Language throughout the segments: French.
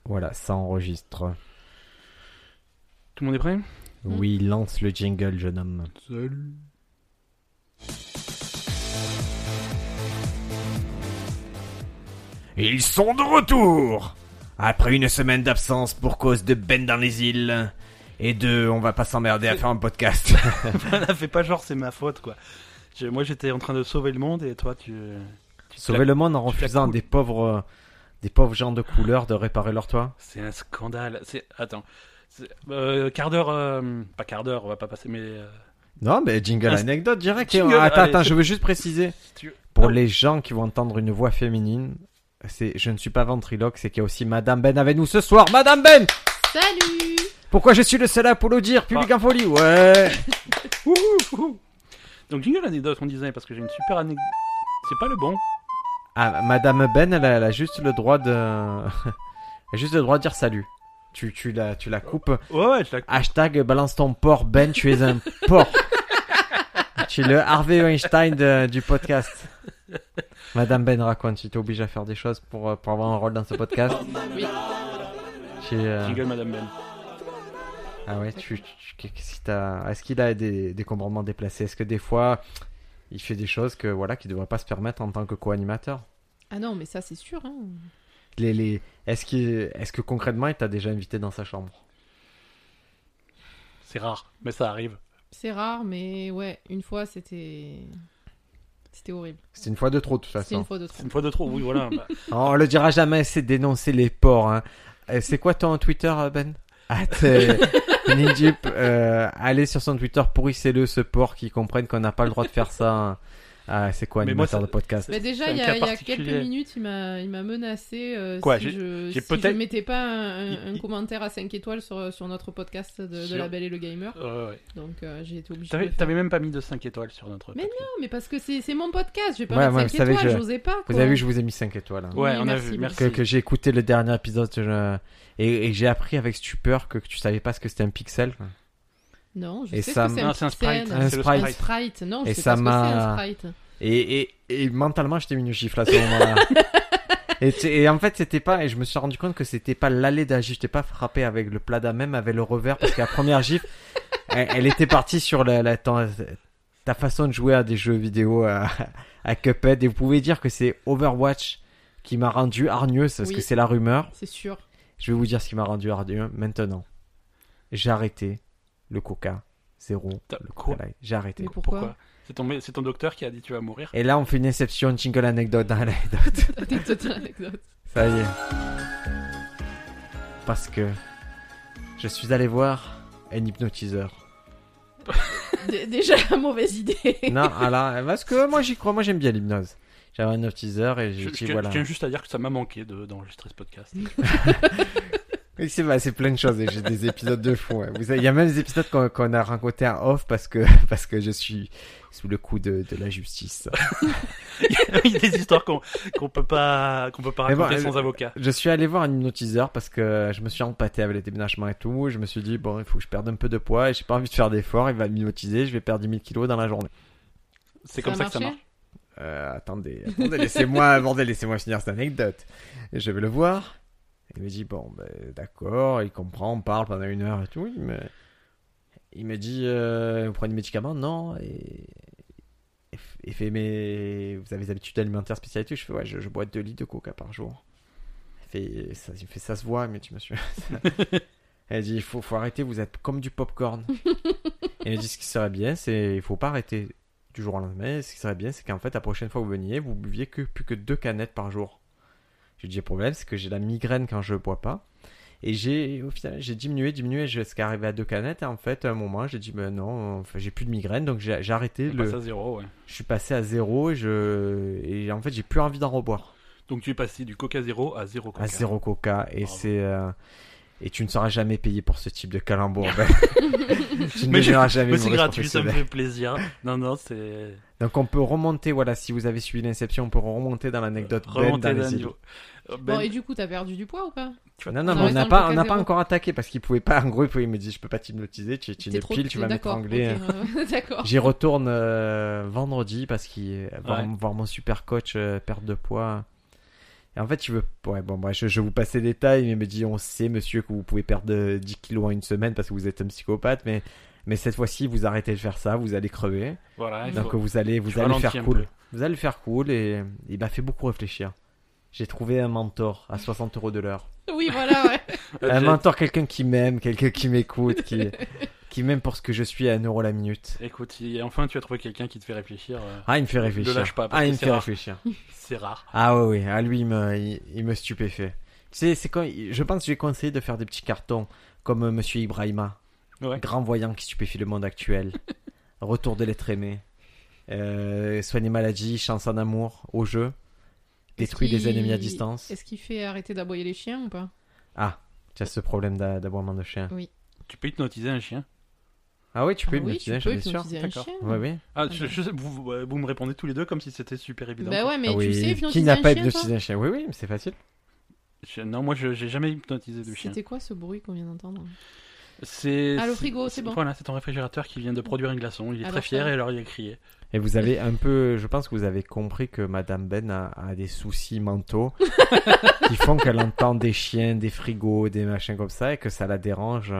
Voilà, ça enregistre. Tout le monde est prêt? Oui, lance le jingle, jeune homme. Salut. Ils sont de retour. Après une semaine d'absence pour cause de Ben dans les îles. Et on va pas s'emmerder à faire un podcast. Voilà, fais pas genre c'est ma faute quoi. Moi j'étais en train de sauver le monde et toi tu Sauver le monde en refusant des pauvres gens de couleur de réparer leur toit. C'est un scandale. Attends. Quart d'heure, pas quart d'heure, on va pas passer mais... Non, mais jingle anecdote direct. Jingle, Attends, je veux juste préciser. tu- Pour Oh. les gens qui vont entendre une voix féminine, je ne suis pas ventriloque, c'est qu'il y a aussi Madame Ben avec nous ce soir. Madame Ben! Salut! Pourquoi je suis le seul à applaudir? Public en folie, ouais! Wouhou. Donc jingle anecdote on disait parce que j'ai une super anecdote. C'est pas le bon. Ah, Madame Ben, elle a juste le droit de... elle a juste le droit de dire salut. Tu la coupes. Ouais, je la... Hashtag balance ton porc, Ben, tu es un porc. Tu es le Harvey Weinstein du podcast. Madame Ben, raconte, tu t'es obligé à faire des choses pour avoir un rôle dans ce podcast. Oui. Jingle Madame Ben. Ah ouais, est-ce qu'il a des comportements déplacés? Est-ce que des fois, il fait des choses qu'il ne devrait pas se permettre en tant que co-animateur? Ah non, mais ça c'est sûr. Hein. Est-ce que concrètement, il t'a déjà invité dans sa chambre? C'est rare, mais ça arrive. C'est rare, mais ouais, une fois c'était horrible. C'est une fois de trop, de toute C'était une façon. fois de C'est trop. une fois de trop, oui voilà. Bah, On le dira jamais, c'est dénoncer les porcs. Hein. C'est quoi ton Twitter, Ben? Ninjip, allez sur son Twitter, pourrissez-le, ce porc, qui comprenne qu'on n'a pas le droit de faire ça. Hein. Ah, c'est quoi, Mais moi, animateur de podcast? Bah déjà, c'est un il y cas a quelques particulier. minutes, il m'a menacé Quoi, si j'ai je peut-être- mettais pas un Il- commentaire à 5 étoiles sur notre podcast de Sur- La Belle et le Gamer. ouais. Donc j'ai été obligée de le faire. T'avais même pas mis de 5 étoiles sur notre Mais podcast. Non, mais parce que c'est mon podcast, je vais pas Ouais, mettre ouais, 5 vous savez étoiles, que j'osais pas. Vous Quoi. avez vu, je vous ai mis 5 étoiles. Hein. Ouais, Oui, on a merci vu, beaucoup. merci. Que j'ai écouté le dernier épisode et j'ai appris avec stupeur que tu savais pas ce que c'était un pixel. Quoi. Non, je Et sais ça ce que c'est Non, un c'est un pixel. sprite. Un C'est le sprite. Un sprite, non, je Et sais ça pas ce que c'est m'a- un sprite. Et mentalement, je t'ai mis une gifle à ce moment-là. et en fait, c'était pas. Et je me suis rendu compte que c'était pas l'allée de la gifle. Je t'ai pas frappé avec le plat même, avec le revers, parce que la première gifle, elle était partie sur ta façon de jouer à des jeux vidéo à Cuphead. Et vous pouvez dire que c'est Overwatch qui m'a rendu hargneux, parce Oui. que c'est la rumeur. C'est sûr. Je vais vous dire ce qui m'a rendu hargneux maintenant. J'ai arrêté le Coca Zéro. Le Quoi? Coca Light. J'ai arrêté. Mais pourquoi, Pourquoi? C'est ton docteur qui a dit tu vas mourir. Et là, on fait une exception jingle anecdote dans l'anecdote. Anecdote. Ça y est. Parce que je suis allé voir un hypnotiseur. Déjà, mauvaise idée. Non, alors, parce que moi j'y crois, moi j'aime bien l'hypnose. J'avais un hypnotiseur et j'ai Je dit tiens- voilà. je tiens juste à dire que ça m'a manqué d'enregistrer ce podcast. Oui, c'est plein de choses et j'ai des épisodes de fou. Hein. Il y a même des épisodes qu'on a raconté en off parce que je suis sous le coup de la justice. Il y a des histoires qu'on peut pas Mais bon, raconter sans avocat. Je suis allé voir un hypnotiseur parce que je me suis empâté avec les déménagements et tout. Je me suis dit, bon, il faut que je perde un peu de poids et j'ai pas envie de faire d'efforts. Il va m'hypnotiser, je vais perdre 10 000 kilos dans la journée. C'est comme ça que ça marche. Attendez, laissez-moi finir cette anecdote. Et je vais le voir. Il me dit, bon, d'accord, il comprend, on parle pendant 1 heure et tout. Il me dit, vous prenez des médicaments? Non. Et il fait, mais vous avez des habitudes alimentaires spéciales et tout? Je fais, ouais, je bois 2 litres de coca par jour. Il me fait, ça se voit, mais tu monsieur. Elle dit, il faut arrêter, vous êtes comme du popcorn. Et il me dit, ce qui serait bien, c'est, il faut pas arrêter du jour au lendemain. Ce qui serait bien, c'est qu'en fait, la prochaine fois que vous veniez, vous buviez plus que 2 canettes par jour. Je lui dis, le problème, c'est que j'ai la migraine quand je bois pas. Et au final, j'ai diminué jusqu'à arriver à 2 canettes. Et en fait, à un moment, j'ai dit, non, enfin, j'ai plus de migraine. Donc, j'ai arrêté. On passe à 0, ouais. Je suis passé à 0 et en fait, j'ai plus envie d'en reboire. Donc tu es passé du Coca 0 à 0 Coca. À 0 coca. Et Bravo. et tu ne seras jamais payé pour ce type de calembour. Tu ne Mais deviendras jamais Mais c'est humoriste gratuit, ça me professionnel. fait plaisir. Non, c'est... Donc, on peut remonter, voilà, si vous avez suivi l'inception, on peut remonter dans l'anecdote Ben Remonter dans d'un les îles. niveau. Bon, et du coup, t'as perdu du poids ou pas? Non, Ça mais on reste n'a dans pas, le on Coca n'a pas Zéro. encore attaqué parce qu'il pouvait pas. En gros, il me dit, je peux pas t'hypnotiser, tu es T'es une trop pile, tu vas d'accord, m'étrangler. ok, d'accord. J'y retourne vendredi parce qu'il Ouais. voir mon super coach perte de poids. Et en fait, tu veux. Ouais, bon, bref, je vous passe les détails, mais il me dit on sait, monsieur, que vous pouvez perdre 10 kilos en une semaine parce que vous êtes un psychopathe, mais cette fois-ci, vous arrêtez de faire ça, vous allez crever. Voilà, il Donc faut- vous allez tu faire ralentis un cool. peu. Vous allez le faire cool et il m'a fait beaucoup réfléchir. J'ai trouvé un mentor à 60 € de l'heure. Oui, voilà, ouais. Un J'ai- mentor, quelqu'un qui m'aime, quelqu'un qui m'écoute, qui m'aime pour ce que je suis à 1 € la minute. Écoute, enfin tu as trouvé quelqu'un qui te fait réfléchir. Ah, il me fait réfléchir. Le lâche pas, parce Ah, il que me c'est fait rare. réfléchir. C'est rare. Ah ouais, oui. Ah, lui, il me stupéfait. Tu sais, c'est quand je pense que j'ai conseillé de faire des petits cartons comme Monsieur Ibrahima, Ouais. grand voyant qui stupéfie le monde actuel. Retour de l'être aimé. Soigner maladie, chance en amour, au jeu. Détruit Est-ce les qu'il- ennemis à distance. Est-ce qu'il fait arrêter d'aboyer les chiens ou pas? Ah, tu as ce problème d'aboiement de chien. Tu peux hypnotiser un chien. Ah oui, tu peux Ah oui, hypnotiser, tu peux bien sûr. hypnotiser un D'accord. chien. Oui, oui. Ah, Ah vous me répondez tous les deux comme si c'était super évident. Bah ouais, mais Ah oui. tu sais Qui hypnotiser n'a un pas chien, hypnotisé toi un chien? Oui, oui, mais c'est facile. Non, moi j'ai jamais hypnotisé de chien. C'était quoi ce bruit qu'on vient d'entendre? C'est Ah, le frigo, c'est bon. Voilà, c'est ton réfrégérateur qui vient de produire un glaçon. Il est Alors très fier ça. et alors il a crié. Et vous avez un peu, je pense que vous avez compris que Madame Ben a des soucis mentaux qui font qu'elle entend des chiens, des frigos, des machins comme ça et que ça la dérange.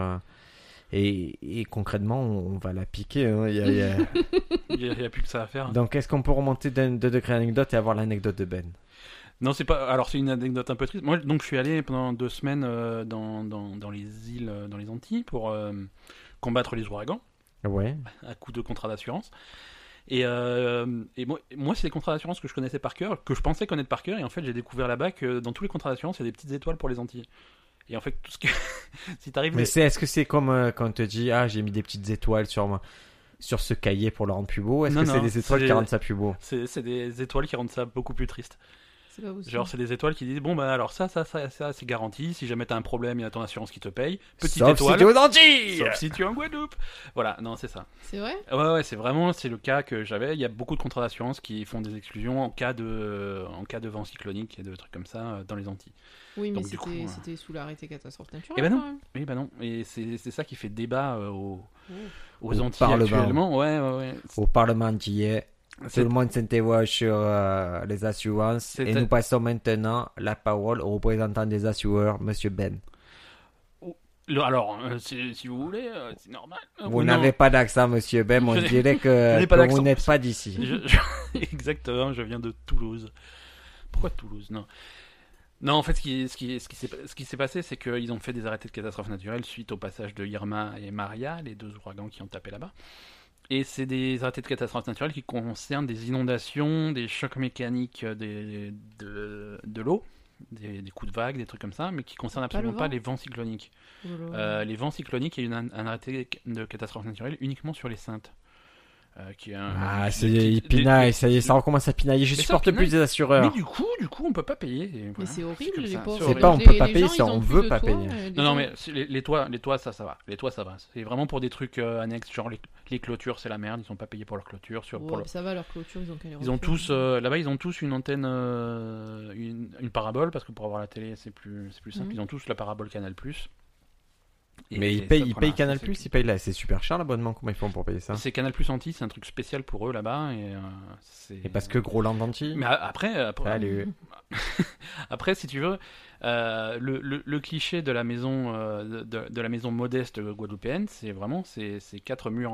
Et concrètement, on va la piquer. Hein. Il y a plus que ça à faire. Donc, est-ce qu'on peut remonter d'un 2 degrés anecdote et avoir l'anecdote de Ben? Non, c'est pas. Alors c'est une anecdote un peu triste. Moi, donc je suis allé pendant 2 semaines dans les îles, dans les Antilles, pour combattre les ouragans Ouais. à coup de contrats d'assurance. Et moi, c'est les contrats d'assurance que je connaissais par cœur, que je pensais connaître par cœur, et en fait, j'ai découvert là-bas que dans tous les contrats d'assurance, il y a des petites étoiles pour les Antilles. Et en fait, tout ce que si t'arrives, Mais est-ce que c'est comme quand on te dit ah j'ai mis des petites étoiles sur ce cahier pour le rendre plus beau? Est-ce Non, que c'est non, des étoiles c'est- qui rendent ça plus beau? c'est des étoiles qui rendent ça beaucoup plus triste. C'est pas possible. Genre, c'est des étoiles qui disent bon, bah alors ça, c'est garanti. Si jamais t'as un problème, il y a ton assurance qui te paye. Petite Sauf étoile. si t'es aux Antilles. Sauf si tu es en Guadeloupe. Voilà, non, c'est ça. C'est vrai? Ouais, c'est le cas que j'avais. Il y a beaucoup de contrats d'assurance qui font des exclusions en cas de vent cyclonique et de trucs comme ça dans les Antilles. Oui, mais Donc, du coup, c'était sous l'arrêté catastrophe naturelle. Eh ben non. quand même. Oui, bah non. Et c'est ça qui fait débat Oh. aux Au Antilles Parlement. actuellement. Ouais. Au Parlement antillais, tout C'est- le monde s'interroge sur les assurances C'est- et nous passons maintenant la parole au représentant des assureurs, Monsieur Ben. Alors, si vous voulez, c'est normal. Vous Oui, non. n'avez pas d'accent, Monsieur Ben, on Je- dirait je que, n'ai pas que vous d'accent. n'êtes pas d'ici. Exactement, je viens de Toulouse. Pourquoi Toulouse? Non. Non, en fait, ce qui s'est passé, c'est qu'ils ont fait des arrêtés de catastrophes naturelles suite au passage de Irma et Maria, les deux ouragans qui ont tapé là-bas. Et c'est des arrêtés de catastrophes naturelles qui concernent des inondations, des chocs mécaniques de l'eau, des coups de vague, des trucs comme ça, mais qui concernent Pas le absolument pas vent. les vents cycloniques. Oh là là. Les vents cycloniques, il y a un arrêté de catastrophe naturelle uniquement sur les Saintes. Qui est Ah, c'est des- il pinaille, des- ça y est, ça recommence à pinailler. Je Mais ça supporte pinaille. plus des assureurs. Mais du coup, on peut pas payer. Et Mais voilà. c'est horrible, comme les ça, pauvres. c'est C'est horrible. pas on peut pas Les payer, gens, c'est ils on ont veut plus de pas toit, payer. les Non, gens- mais les toits, ça va. Les toits, ça va. C'est vraiment pour des trucs annexes, genre les clôtures, c'est la merde. Ils sont pas payés pour leurs clôtures. Ouais, ça va, leur clôture, ils ont qu'à les Ils ont refaire. tous là-bas, ils ont tous une antenne, une parabole parce que pour avoir la télé, c'est plus simple. Mhm. Ils ont tous la parabole Canal+. Et Mais ils ça, payent voilà, Canal+, ça, c'est- ils payent là. C'est super cher l'abonnement, comment ils font pour payer ça? C'est Canal+ Antilles, c'est un truc spécial pour eux là-bas et c'est. Et parce que Groland Antilles. Mais après, Salut. après, si tu veux, le cliché de la maison, de la maison modeste guadeloupéenne, c'est vraiment c'est quatre murs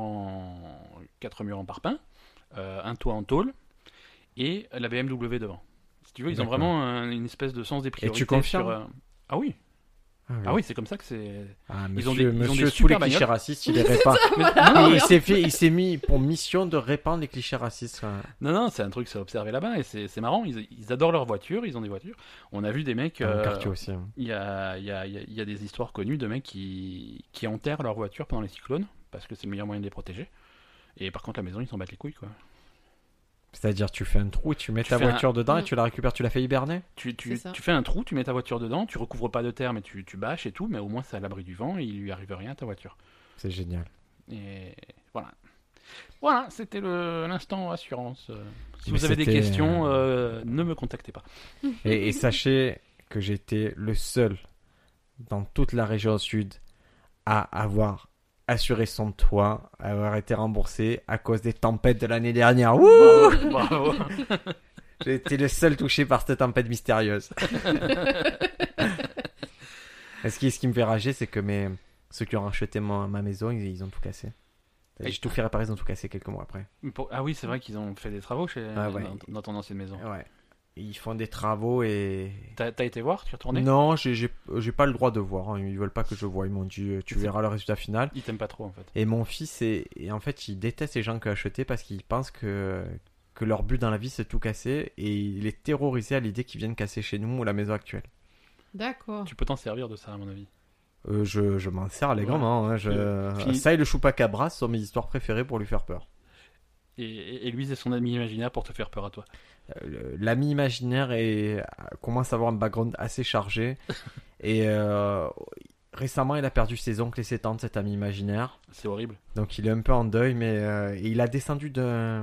en parpaing, un toit en tôle et la BMW devant. Si tu veux, ils ont D'accord. vraiment une espèce de sens des priorités. confirmes sur, Ah oui, ah oui, c'est comme ça que c'est. Ah, Ils ont monsieur, des- ils ont monsieur, des tous les super clichés bagnoles. racistes, il les répand. Mais- Ah, Il s'est mis pour mission de répandre les clichés racistes. Non, c'est un truc, c'est observé là-bas et c'est marrant. Ils adorent leurs voitures, ils ont des voitures. On a vu des mecs. Dans le quartier aussi. hein. Il y a des histoires connues de mecs qui enterrent leur voiture pendant les cyclones parce que c'est le meilleur moyen de les protéger. Et par contre, la maison, ils s'en battent les couilles, quoi. C'est-à-dire, tu fais un trou et tu mets Tu ta fais un- voiture dedans et Mm. tu la récupères, tu la fais hiberner? C'est ça. Tu fais un trou, tu mets ta voiture dedans, tu recouvres pas de terre, mais tu bâches et tout, mais au moins c'est à l'abri du vent et il lui arrive rien à ta voiture. C'est génial. Et voilà. Voilà, c'était l'instant assurance. Si Mais vous avez des c'était, questions, ne me contactez pas. Et sachez que j'étais le seul dans toute la région sud à avoir assuré son toit, à avoir été remboursé à cause des tempêtes de l'année dernière. Wouh! Bravo. J'ai été le seul touché par cette tempête mystérieuse. Et ce qui me fait rager, c'est que ceux qui ont racheté ma maison, ils ont tout cassé. J'ai tout fait réparer, ils ont tout cassé quelques mois après. Ah oui, c'est vrai qu'ils ont fait des travaux ouais. dans ton ancienne maison. Ouais. Ils font des travaux et... T'as été voir? Tu es retourné? Non, j'ai pas le droit de voir. Hein. Ils veulent pas que je voie. Ils m'ont dit, tu verras le résultat final. Ils t'aiment pas trop, en fait. Et mon fils, et en fait, il déteste les gens qui ont acheté parce qu'il pense que leur but dans la vie, c'est tout casser. Et il est terrorisé à l'idée qu'ils viennent casser chez nous ou la maison actuelle. D'accord. Tu peux t'en servir de ça, à mon avis. Je m'en sers allègrement. Ouais. Hein. Ça et le chupacabra sont mes histoires préférées pour lui faire peur. Et lui, c'est son ami imaginaire pour te faire peur à toi. L'ami imaginaire commence à avoir un background assez chargé. Et récemment, il a perdu ses oncles et ses tantes, cet ami imaginaire. C'est horrible. Donc il est un peu en deuil, mais il a descendu de...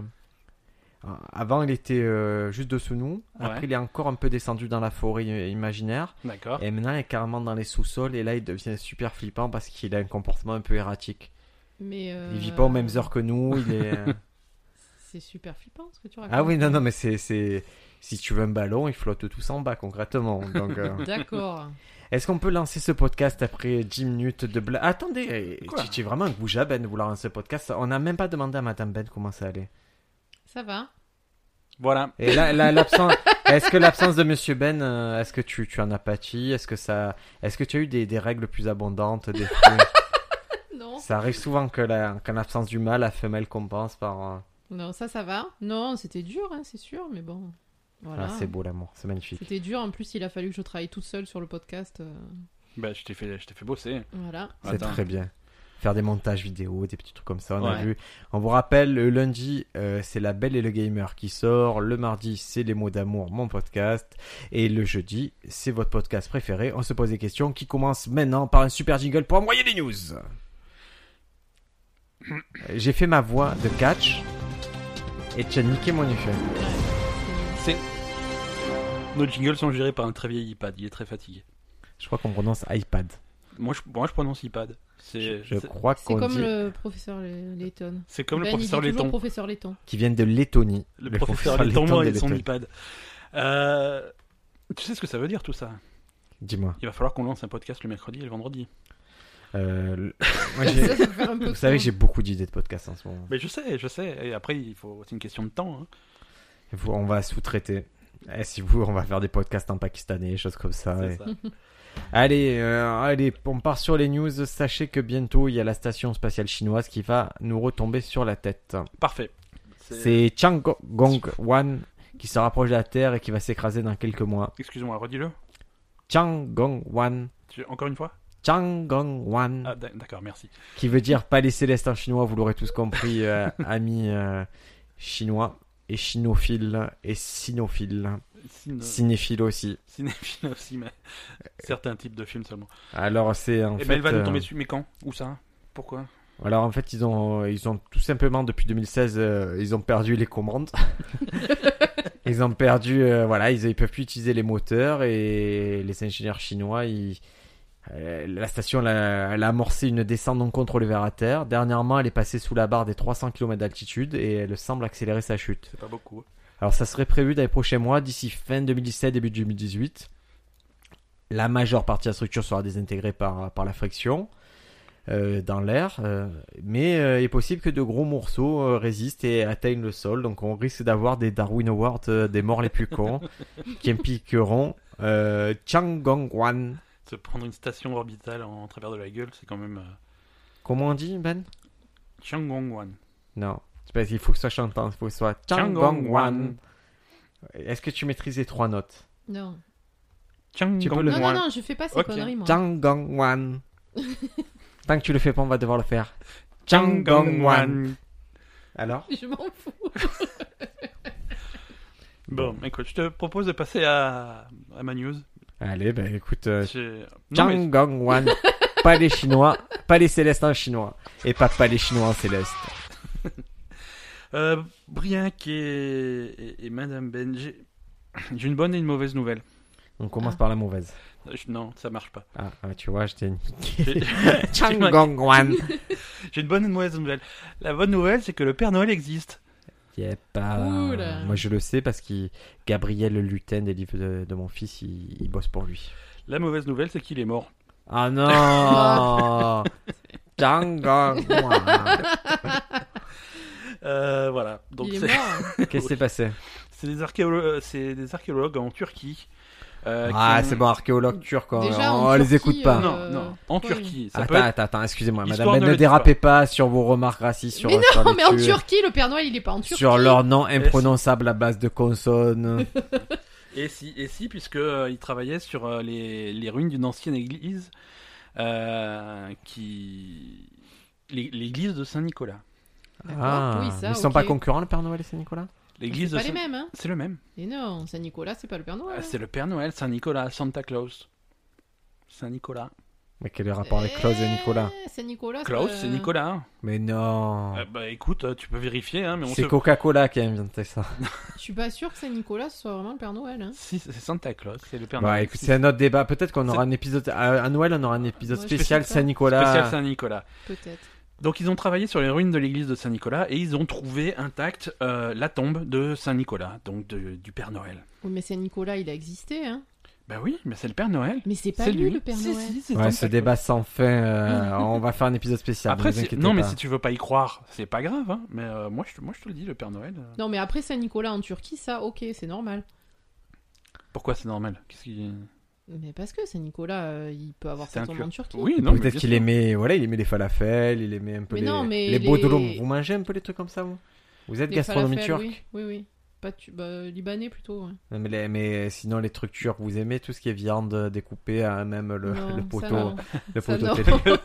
Avant, il était juste dessous nous. Après, Ouais. il est encore un peu descendu dans la forêt imaginaire. D'accord. Et maintenant, il est carrément dans les sous-sols. Et là, il devient super flippant parce qu'il a un comportement un peu erratique. Mais Il vit pas aux mêmes heures que nous. Il est... C'est super flippant ce que tu racontes. Ah oui, non, mais c'est... Si tu veux un ballon, il flotte tous en bas, concrètement. Donc, D'accord. est-ce qu'on peut lancer ce podcast après 10 minutes de blague? Attendez, Quoi tu es vraiment un goujat, Ben, de vouloir lancer ce podcast. On n'a même pas demandé à Madame Ben comment ça allait. Ça va. Voilà. Et là, est-ce que l'absence de Monsieur Ben, est-ce que tu en as pâti? Est-ce que tu as eu des règles plus abondantes, des fruits? Non. Ça arrive souvent qu'en l'absence du mâle, la femelle compense par... Non, ça va. Non, c'était dur, hein, c'est sûr, mais bon. Voilà. Ah, c'est beau l'amour, c'est magnifique. C'était dur. En plus, il a fallu que je travaille toute seule sur le podcast. Bah, je t'ai fait bosser. Voilà. C'est Attends. très bien. Faire des montages vidéo, des petits trucs comme ça, on a Ouais. vu. On vous rappelle, le lundi, c'est La Belle et le Gamer qui sort. Le mardi, c'est Les Mots d'amour, mon podcast. Et le jeudi, c'est votre podcast préféré. On se pose des questions qui commencent maintenant par un super jingle pour envoyer les news. J'ai fait ma voix de catch et tu as niqué mon effet. C'est... Nos jingles sont gérés par un très vieil iPad. Il est très fatigué. Je crois qu'on prononce iPad. Moi, je prononce iPad. Je crois C'est qu'on comme dit le professeur Layton. C'est comme Ben, le professeur il dit toujours Letton. professeur Layton. qu'ils viennent de Lettonie. Le professeur Letton Letton de et son Lettonie. iPad. Tu sais ce que ça veut dire tout ça? Dis-moi. Il va falloir qu'on lance un podcast le mercredi et le vendredi. Moi, Ça va faire un peu vous savez que j'ai beaucoup d'idées de podcasts en ce moment. Mais je sais. Et après, c'est une question de temps. Hein. On va sous-traiter. Si vous, on va faire des podcasts en pakistanais, choses comme ça. C'est et- ça. Allez, on part sur les news. Sachez que bientôt, il y a la station spatiale chinoise qui va nous retomber sur la tête. Parfait. C'est Tiangong-1 qui se rapproche de la Terre et qui va s'écraser dans quelques mois. Excuse-moi, redis-le. Tiangong-1. Encore une fois? Tiangong-1. Ah, d'accord, merci. Qui veut dire palais céleste en chinois, vous l'aurez tous compris, amis chinois, et chinophiles, et cinophiles, cinéphiles aussi. Cinéphile aussi, mais certains types de films seulement. Alors c'est en Et fait... ben, elle va nous tomber dessus. Mais quand? Où ça? Pourquoi? Alors en fait, ils ont tout simplement, depuis 2016, ils ont perdu les commandes. Ils ont perdu, voilà, ils peuvent plus utiliser les moteurs, et les ingénieurs chinois, la station elle a amorcé une descente non contrôlée vers la Terre. Dernièrement, elle est passée sous la barre des 300 km d'altitude et elle semble accélérer sa chute. C'est pas beaucoup. Alors ça serait prévu dans les prochains mois, d'ici fin 2017, début 2018. La majeure partie de la structure sera désintégrée par la friction dans l'air, mais il est possible que de gros morceaux résistent et atteignent le sol. Donc on risque d'avoir des Darwin Awards des morts les plus cons qui impliqueront Tiangong-1. Se prendre une station orbitale en travers de la gueule, c'est quand même... Comment on dit, Ben? Tiangong-1. Non, c'est pas, il faut que ça chantant, il faut que ce soit Tiangong-1. Est-ce que tu maîtrises les 3 notes? Non. Tu peux le- Non, je fais pas ces Ok. conneries, moi. Tiangong-1. Tant que tu le fais pas, on va devoir le faire. Tiangong-1. Alors? Je m'en fous. Bon, écoute, je te propose de passer à ma news. Allez, ben écoute, Non, mais Tiangong-1. Pas les Chinois, pas les Célestes en chinois. Et pas les Chinois en céleste. Briac et Madame Ben, j'ai une bonne et une mauvaise nouvelle. On commence Ah. par la mauvaise. Non, ça marche pas. Ah, tu vois, je t'ai J'ai Tiangong-1. j'ai une bonne et une mauvaise nouvelle. La bonne nouvelle, c'est que le Père Noël existe. Yep. Oula. Moi, je le sais parce que Gabriel Lutin, des livres de mon fils, il bosse pour lui. La mauvaise nouvelle, c'est qu'il est mort. Ah non. Django. Voilà. Donc Il est mort. Qu'est-ce qui s'est passé? c'est des archéologues en Turquie. Ah, qui ont- c'est bon, archéologue turc. Déjà, On en les Turquie, écoute pas. Non, en pourquoi Turquie. Ça peut être... Attends, excusez-moi, Histoire madame. de Ne le dérapez pas sur vos remarques racistes sur Mais sur non, les mais en Turcs, Turquie, le Père Noël, il est pas en Turquie. sur leur nom imprononçable à base de consonnes. Et si, puisque ils travaillaient sur les ruines d'une ancienne église, l'église de Saint-Nicolas. D'accord, oui, ça, ils sont ok. pas concurrents, le Père Noël et Saint-Nicolas? L'église C'est de pas les mêmes, hein. C'est le même. Et non, Saint-Nicolas, c'est pas le Père Noël. C'est le Père Noël, Saint-Nicolas, Santa Claus. Saint-Nicolas. Mais quel est le rapport avec Klaus et Nicolas? Saint-Nicolas, Klaus, c'est Nicolas. Mais non. Bah écoute, tu peux vérifier, hein, mais on C'est se... Coca-Cola qui a inventé ça. Je suis pas sûr que Saint-Nicolas ce soit vraiment le Père Noël. Hein. Si, c'est Santa Claus, c'est le Père Bah Noël. écoute, c'est un autre débat. Peut-être qu'on aura un épisode à Noël, on aura un épisode Ouais, spécial je sais pas. Saint-Nicolas. Spécial Saint-Nicolas. Peut-être. Donc ils ont travaillé sur les ruines de l'église de Saint-Nicolas et ils ont trouvé intacte la tombe de Saint-Nicolas, donc du Père Noël. Oui, mais Saint-Nicolas, il a existé. Hein. Bah oui, mais c'est le Père Noël. Mais c'est pas C'est lui, le Père Si, Noël. si, c'est Ouais, Santa ce Claus. débat sans fin. On va faire un épisode spécial. Après, ne vous inquiétez non, mais pas. si tu veux pas y croire, c'est pas grave. Hein. Mais moi, je te le dis, le Père Noël. Non, mais après Saint-Nicolas en Turquie, ça, ok, c'est normal. Pourquoi c'est normal? Qu'est-ce qui... Mais parce que Saint-Nicolas, il peut avoir C'est sa un tombe Turc. en Turquie. Oui, non, mais Peut-être bien qu'il sûr. aimait, voilà, il aimait les falafels, il aimait un peu Mais les, non, mais les les- bodrum. Vous mangez un peu les trucs comme ça, vous? Vous êtes Les gastronomie falafels, turque? Oui, oui, oui. Pas libanais plutôt. Ouais. Non, mais sinon, les trucs turcs, vous aimez tout ce qui est viande découpée, hein, même Non, le ça, poteau, non. le Ça, poteau non. télé.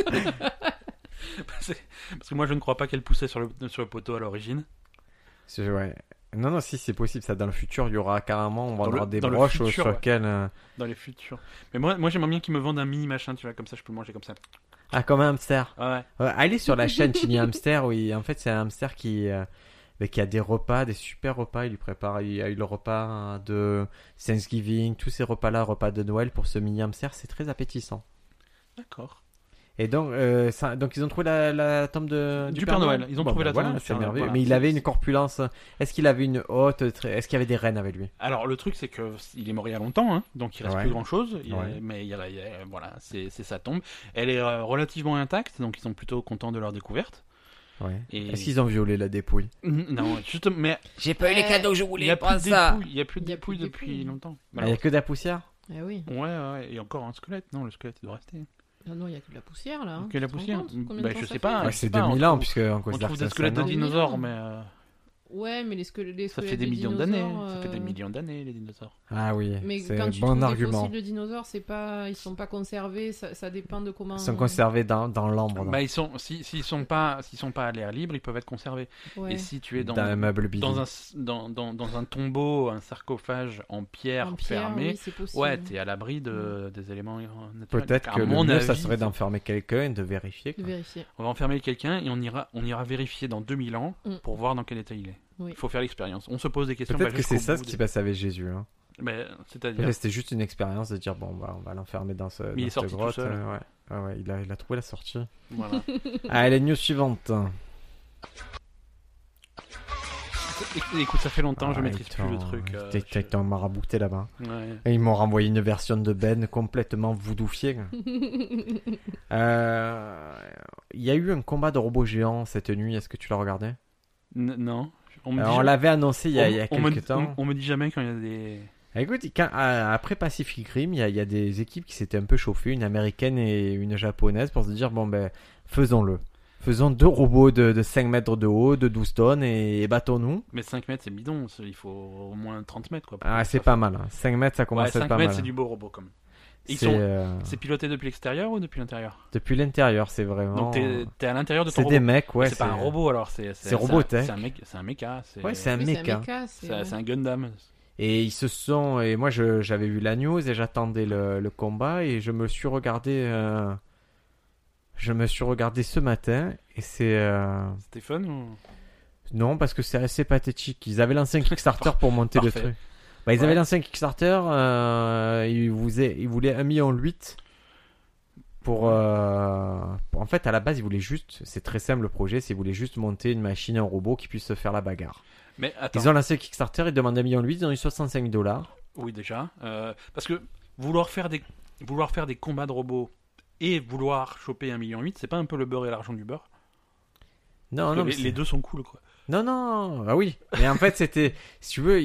Parce que moi, je ne crois pas qu'elle poussait sur le poteau à l'origine. Ouais. Non, si, c'est possible. Ça, dans le futur, il y aura carrément, on vendra des dans le broches futur, sur ouais. lesquelles. Dans les futurs. Mais moi j'aimerais bien qu'ils me vendent un mini machin, tu vois, comme ça, je peux le manger comme ça. Ah, comme un hamster. Ouais. Allez sur la chaîne Chili Hamster, oui. En fait, c'est un hamster qui a des repas, des super repas. Il lui prépare. Il a eu le repas de Thanksgiving, tous ces repas-là, repas de Noël pour ce mini hamster. C'est très appétissant. D'accord. Et donc, donc ils ont trouvé la tombe du Père Noël. Ils ont trouvé la tombe voilà, du c'est Père Noël. merveilleux. Voilà. Mais il avait une corpulence. Est-ce qu'il avait une haute est-ce qu'il y avait des reines avec lui? Alors le truc c'est que il est mort il y a longtemps, hein, donc il reste Ouais. plus grand chose. Ouais. Mais voilà, c'est sa tombe. Elle est relativement intacte, donc ils sont plutôt contents de leur découverte. Ouais. Et- Est-ce qu'ils ont violé la dépouille? Non, justement, mais J'ai pas eu les cadeaux que je il y a plus de dépouille, il y a plus de Il y a plus dépouille de depuis dépouille. longtemps. Il n'y a que de la poussière? Ah oui. Ouais, et encore un squelette. Non, le squelette il doit rester. Ah non, il y a que de la poussière là. Hein. Que la Tu te rends poussière. compte combien de Bah, temps je ça sais fait pas. Ouais, je c'est sais pas, 2000 on ans, trouve- puisqu'on On considère trouve que des c'est squelettes de un an. dinosaures, mais Ouais, mais les ça squelettes fait des de millions d'années. dinosaures, Ça fait des millions d'années, les dinosaures. Ah oui, Mais c'est quand un tu bon trouves des argument. fossiles de dinosaures, ils sont pas conservés, ça dépend de comment. Ils sont conservés dans l'ambre. Bah, s'ils sont pas à l'air libre, ils peuvent être conservés. Ouais. Et si tu es Dans un meuble bidon. dans un tombeau, un sarcophage en pierre, En pierre, fermé, oui, c'est possible. ouais, t'es à l'abri des éléments naturels. Peut-être Donc, que à le mon mieux, ça avis, serait d'enfermer quelqu'un et de vérifier. De quoi. vérifier. on va enfermer quelqu'un et on ira vérifier dans 2000 ans Mm. pour voir dans quel état il est. Oui. Il faut faire l'expérience. On se pose des questions. Peut-être bah, que c'est jusqu'au ça bout ce qui des- s'est passé avec Jésus. Hein. Mais, c'est-à-dire. Peut-être que c'était juste une expérience de dire bon, on va l'enfermer dans, Mais il est cette sorti tout grotte. seul. Ouais, il a trouvé la sortie. Voilà. Allez, news suivante. Écoute, ça fait longtemps, je Ah, maîtrise plus le attends, truc. T'as marabouté là-bas. Ouais. Et ils m'ont renvoyé une version de Ben complètement voodoofiée. Il y a eu un combat de robots géants cette nuit. Est-ce que tu l'as regardé? Non. On me Alors, dit on jamais- l'avait annoncé il y a on me- quelques temps. On me dit jamais quand il y a des. Écoute, après Pacific Rim, il y a des équipes qui s'étaient un peu chauffées, une américaine et une japonaise, pour se dire bon ben faisons-le. Faisons 2 robots de 5 mètres de haut, de 12 tonnes et battons-nous. Mais 5 mètres, c'est bidon. Il faut au moins 30 mètres. Quoi, Ah, c'est pas mal. Hein. 5 mètres, ça commence Ouais, à être 5 pas mètres, mal. c'est du beau robot, comme. Et C'est C'est piloté depuis l'extérieur ou depuis l'intérieur? depuis l'intérieur, c'est vraiment. Donc t'es à l'intérieur de ton C'est robot. des mecs, ouais. C'est pas un robot alors, c'est Robotech. C'est un méca. C'est un Ouais, c'est un Oui, c'est un méca. méca, C'est un Gundam. Et ils se sont. Et moi, j'avais vu la news et j'attendais le combat et je me suis regardé. Je me suis regardé ce matin et c'est. C'était fun ou... Non, parce que c'est assez pathétique. Ils avaient lancé un Kickstarter pour monter le Parfait. truc. Bah, ils avaient Ouais. lancé un Kickstarter, ils voulaient 1,8 million. En fait, à la base, ils voulaient juste, c'est très simple le projet, c'est ils voulaient juste monter une machine, un robot qui puisse se faire la bagarre. Mais attends. Ils ont lancé Kickstarter, ils demandent 1,8 million, ils ont eu 65 $. Oui, déjà. Parce que vouloir faire des combats de robots et vouloir choper 1,8 million, c'est pas un peu le beurre et l'argent du beurre? Non, Parce non, que mais les deux sont cool, quoi. non, ah oui. Mais en fait, c'était, si tu veux,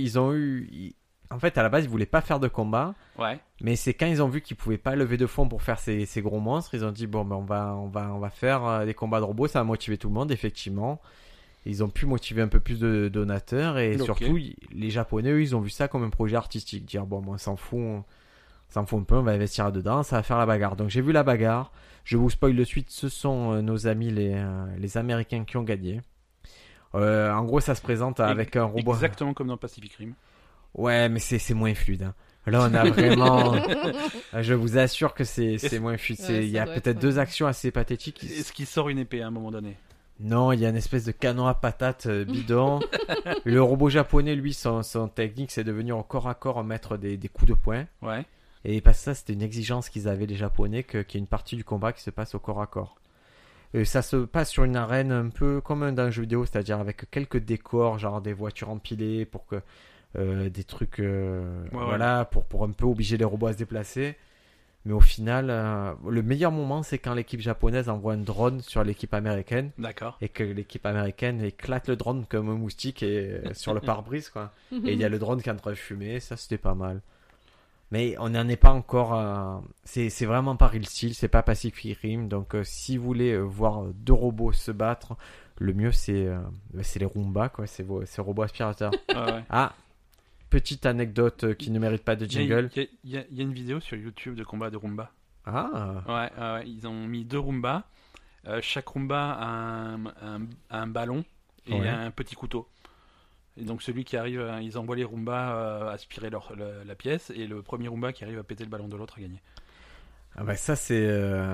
en fait, à la base, ils voulaient pas faire de combat, Ouais. mais c'est quand ils ont vu qu'ils pouvaient pas lever de fonds pour faire ces gros monstres, ils ont dit bon, ben on va faire des combats de robots, ça va motiver tout le monde, effectivement. Ils ont pu motiver un peu plus de donateurs et Ok. surtout, les Japonais, eux, ils ont vu ça comme un projet artistique, dire bon, on s'en fout un peu, on va investir dedans, ça va faire la bagarre. Donc j'ai vu la bagarre, je vous spoil de suite, ce sont nos amis les Américains qui ont gagné. En gros, ça se présente avec un robot. Exactement comme dans Pacific Rim. Ouais, mais c'est moins fluide. Hein. Là, on a vraiment. Je vous assure que c'est moins fluide. Ouais, Il y a ça doit peut-être être, deux actions assez pathétiques. Est-ce qu'il sort une épée à un moment donné? Non, il y a une espèce de canon à patates bidon. Le robot japonais, lui, son technique, c'est de venir au corps à corps mettre des coups de poing. Ouais. Et parce que ça, c'était une exigence qu'ils avaient, les Japonais, qu'il y ait une partie du combat qui se passe au corps à corps. Ça se passe sur une arène un peu comme dans un jeu vidéo, c'est-à-dire avec quelques décors, genre des voitures empilées pour que des trucs, voilà, pour un peu obliger les robots à se déplacer. Mais au final, le meilleur moment, c'est quand l'équipe japonaise envoie un drone sur l'équipe américaine D'accord. et que l'équipe américaine éclate le drone comme un moustique sur le pare-brise, quoi. Et il y a le drone qui est en train de fumer, ça c'était pas mal. Mais on n'en est pas encore. C'est vraiment pas real style, c'est pas Pacific Rim. Donc si vous voulez voir deux robots se battre, le mieux c'est les Roomba, quoi. C'est ces robots aspirateurs. Ouais. Ah, petite anecdote qui ne mérite pas de jingle. Il y a une vidéo sur YouTube de combat de Roomba. Ah, Ouais, ils ont mis 2 Roomba. Chaque Roomba a un ballon et Ouais. un petit couteau. Et donc celui qui arrive, ils envoient les Roomba aspirer la pièce, et le premier Roomba qui arrive à péter le ballon de l'autre a gagné. ah bah ça c'est.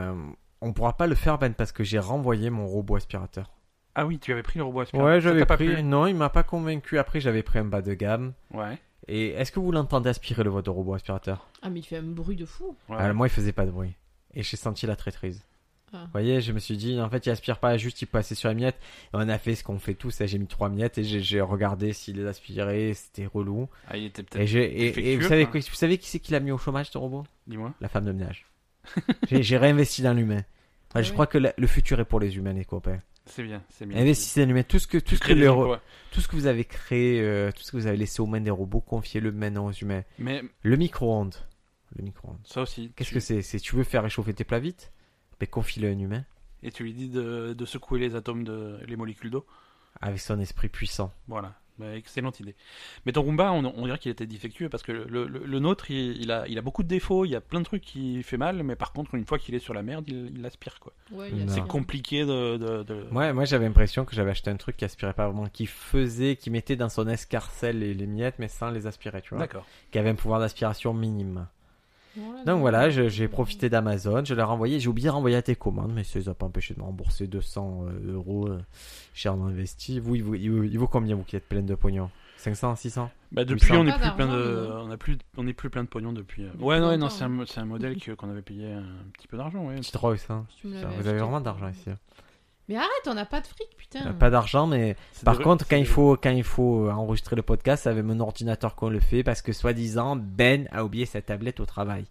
On pourra pas le faire, Ben, parce que j'ai renvoyé mon robot aspirateur. Ah oui, tu avais pris le robot aspirateur. Ouais, Ça j'avais t'a pas pris. plu? Non, il m'a pas convaincu. Après, j'avais pris un bas de gamme. Ouais. Et est-ce que vous l'entendez aspirer, votre robot aspirateur? Ah, mais il fait un bruit de fou. Ouais. Alors, moi, il faisait pas de bruit. Et j'ai senti la traîtrise. Ah. Vous voyez, je me suis dit, en fait, il aspire pas juste, il passait sur les miettes. Et on a fait ce qu'on fait tous. J'ai mis 3 miettes et j'ai regardé s'il les aspirait. C'était relou. Ah, il était Et, peut-être. et défectueux, vous savez quoi. vous savez qui c'est qui l'a mis au chômage, ce robot? Dis-moi. La femme de ménage. J'ai réinvesti dans l'humain. Enfin, je oui. crois que le futur est pour les humains, les copains. C'est bien, c'est bien. Investissez dans l'humain. Tout ce que Crée des le- emplois. tout ce que vous avez créé, tout ce que vous avez laissé aux mains des robots, confiez-le maintenant aux humains. Mais Le micro-ondes. Le micro-ondes. ça aussi. Qu'est-ce que c'est? Tu veux faire réchauffer tes plats vite? Mais confie-le à un humain Et tu lui dis de secouer les atomes les molécules d'eau. avec son esprit puissant. Voilà. Bah, excellente idée. Mais ton Roomba, on dirait qu'il était défectueux parce que le nôtre, il a beaucoup de défauts, il y a plein de trucs qui fait mal, mais par contre, une fois qu'il est sur la merde, il l'aspire, quoi. Ouais, Non. C'est compliqué de... Moi j'avais l'impression que j'avais acheté un truc qui aspirait pas vraiment, qui mettait dans son escarcelle les miettes, mais sans les aspirer, tu vois. D'accord. Qui avait un pouvoir d'aspiration minime. Voilà, Donc voilà, j'ai profité d'Amazon, je l'ai renvoyé, j'ai oublié de renvoyer à tes commandes, mais ça les a pas empêché de me rembourser 200 €. Chèrement investi. Vous, il vaut combien, vous qui êtes plein de pognon? 500, 600? Bah depuis, 800. on est Pas plus plein d'argent, de... non. On est plus plein de pognon depuis... Depuis Ouais, non, longtemps, c'est un modèle qu'on avait payé un petit peu d'argent, ouais. Petite rose, hein. Tu me Ça, l'avais vous avez acheté. vraiment d'argent ici. Mais arrête, on n'a pas de fric, putain. Pas d'argent, mais C'est par des- contre, c'est des- quand il faut enregistrer le podcast, c'est avec mon ordinateur qu'on le fait, parce que soi-disant, Ben a oublié sa tablette au travail.